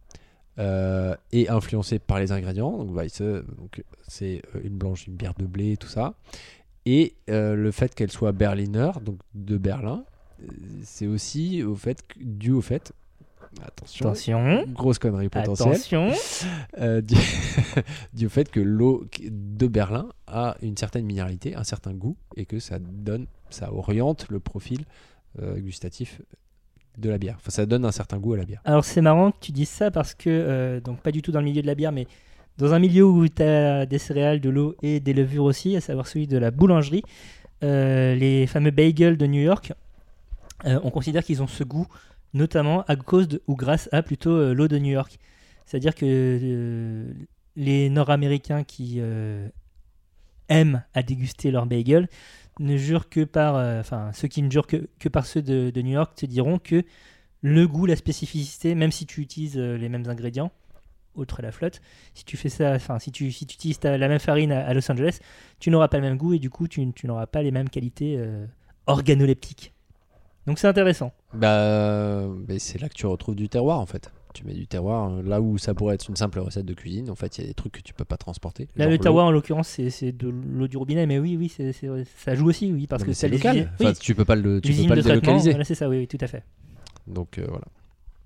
euh, est influencé par les ingrédients. Donc, Weisse, donc, c'est euh, une blanche, une bière de blé, tout ça. Et euh, le fait qu'elle soit Berliner, donc de Berlin, euh, c'est aussi au fait, que- dû au fait. Attention, Attention. grosse connerie potentielle. Attention. Euh, dû, dû au fait que l'eau de Berlin a une certaine minéralité, un certain goût, et que ça donne, ça oriente le profil euh, gustatif de la bière. Enfin, ça donne un certain goût à la bière. Alors c'est marrant que tu dises ça parce que, euh, donc pas du tout dans le milieu de la bière, mais dans un milieu où tu as des céréales, de l'eau et des levures aussi, à savoir celui de la boulangerie, euh, les fameux bagels de New York, euh, on considère qu'ils ont ce goût notamment à cause de, ou grâce à plutôt euh, l'eau de New York. C'est-à-dire que euh, les Nord-Américains qui euh, aiment à déguster leurs bagels ne jurent que par, euh, enfin ceux qui ne jurent que, que par ceux de, de New York te diront que le goût, la spécificité, même si tu utilises euh, les mêmes ingrédients, outre la flotte, si tu fais ça, enfin si tu si tu utilises ta- la même farine à, à Los Angeles, tu n'auras pas le même goût et du coup tu, tu n'auras pas les mêmes qualités euh, organoleptiques. Donc c'est intéressant. Bah, mais c'est là que tu retrouves du terroir en fait. Tu mets du terroir euh, là où ça pourrait être une simple recette de cuisine. En fait, il y a des trucs que tu peux pas transporter. Là, Genre le l'eau. terroir, en l'occurrence, c'est, c'est de l'eau du robinet, mais oui, oui, c'est, c'est, ça joue aussi, oui, parce Non, que mais ça c'est les local. usines- Enfin, oui, tu peux pas le, tu peux l'usine pas de le traitement, délocaliser. voilà, c'est ça, oui, oui, tout à fait. Donc euh, voilà.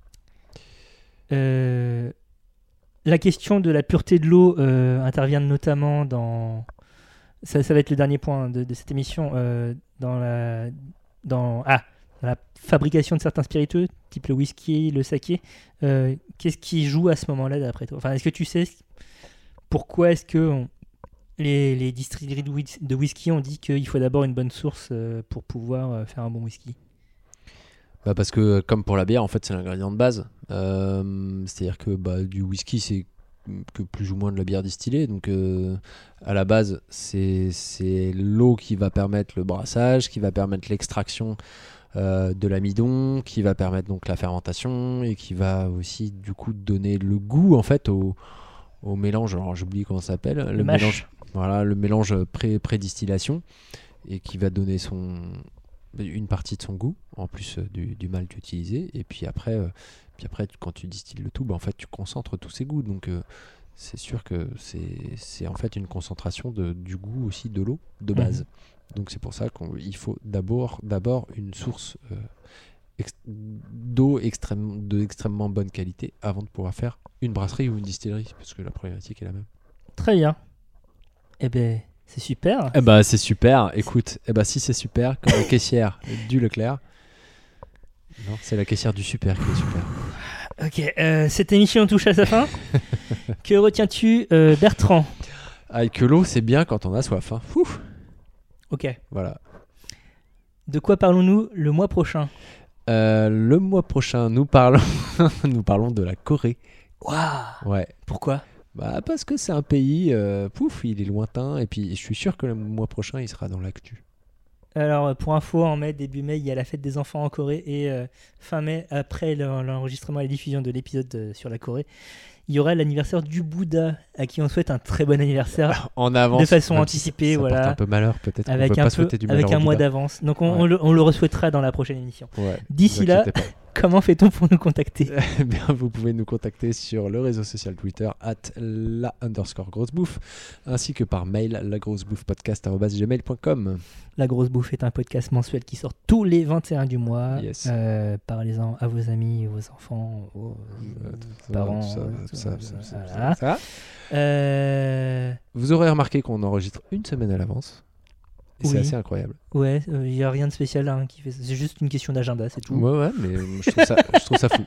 Euh, la question de la pureté de l'eau euh, intervient notamment dans... Ça, ça va être le dernier point de, de cette émission, euh, dans la... Dans, ah, dans la fabrication de certains spiritueux, type le whisky, le saké. Euh, qu'est-ce qui joue à ce moment-là, d'après toi? Enfin, est-ce que tu sais pourquoi est-ce que on- les, les distilleries de, whis- de whisky ont dit qu'il faut d'abord une bonne source euh, pour pouvoir euh, faire un bon whisky? Bah parce que comme pour la bière, en fait, c'est l'ingrédient de base. Euh, c'est-à-dire que bah, du whisky, c'est que plus ou moins de la bière distillée. Donc euh, à la base, c'est, c'est l'eau qui va permettre le brassage, qui va permettre l'extraction euh, de l'amidon qui va permettre donc la fermentation et qui va aussi du coup donner le goût en fait au, au mélange. Alors j'oublie comment ça s'appelle. Le, Le mash. mélange, voilà, le mélange pré pré-distillation et qui va donner son une partie de son goût en plus euh, du, du malt utilisé. Et puis après, euh, puis après quand tu distilles le tout, bah, en fait tu concentres tous ces goûts. Donc euh, c'est sûr que c'est c'est en fait une concentration de, du goût aussi de l'eau de base. Mmh. Donc c'est pour ça qu'il faut d'abord d'abord une source euh, ex- d'eau extrême, de extrêmement bonne qualité avant de pouvoir faire une brasserie ou une distillerie, parce que la problématique est la même. Très bien. Eh ben, c'est super. Eh ben c'est super. Écoute, eh ben si c'est super, comme la caissière du Leclerc. Non, c'est la caissière du super qui est super. Ok, euh, cette émission touche à sa fin. Que retiens-tu, euh, Bertrand? Ah, et que l'eau, c'est bien quand on a soif. Hein. Ouf. Ok. Voilà. De quoi parlons-nous le mois prochain? Euh, le mois prochain, nous parlons, nous parlons de la Corée. Waouh. Ouais. Pourquoi? Bah parce que c'est un pays, euh, pouf, il est lointain, et puis je suis sûr que le mois prochain, il sera dans l'actu. Alors, pour info, en mai, début mai, il y a la fête des enfants en Corée, et euh, fin mai, après le- l'enregistrement et la diffusion de l'épisode euh, sur la Corée, il y aura l'anniversaire du Bouddha, à qui on souhaite un très bon anniversaire, En avance. de façon même si anticipée, ça, ça voilà, porte un peu malheur, peut-être. qu'on avec peut un, pas peu, souhaiter du avec malheur un au mois Bouddha. d'avance. Donc, on, Ouais. on le, on le re-souhaitera dans la prochaine émission. Ouais, D'ici vous là, inquiétez pas. comment fait-on pour nous contacter? Eh bien, vous pouvez nous contacter sur le réseau social Twitter at la underscore grosse bouffe, ainsi que par mail lagrossebouffepodcast arobase gmail point com. La Grosse Bouffe est un podcast mensuel qui sort tous les vingt et un du mois. Yes. Euh, parlez-en à vos amis, vos enfants, aux Euh, tout parents. ça, euh, tout ça, euh, ça, ça, voilà. ça. Euh, Vous aurez remarqué qu'on enregistre une semaine à l'avance. Et Oui. c'est assez incroyable. ouais, il n'y a rien de spécial là, hein, qui fait ça. C'est juste une question d'agenda, c'est tout. Ouais, ouais, mais je trouve ça, je trouve ça fou.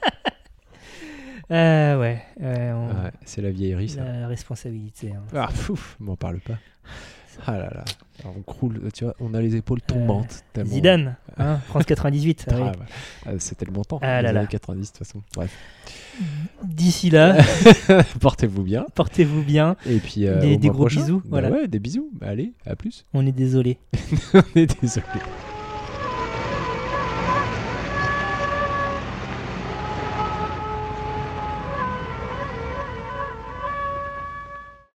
Euh, ouais, euh, on- Ouais, c'est la vieillerie, ça. la responsabilité. hein. Ah, pouf, m'en parle pas. Ah là là. Alors, on croule, tu vois, on a les épaules tombantes. tellement- Zidane, hein, France quatre-vingt-dix-huit. Ah, ah oui. ouais. Ah, c'était le bon temps. Ah les là là. années quatre-vingt-dix, de toute façon. Bref. D'ici là, Portez-vous bien. portez-vous bien. Et puis, euh, Des- au des mois gros prochain. bisous, Bah voilà. ouais, des bisous. Allez, à plus. On est désolé. On est désolé.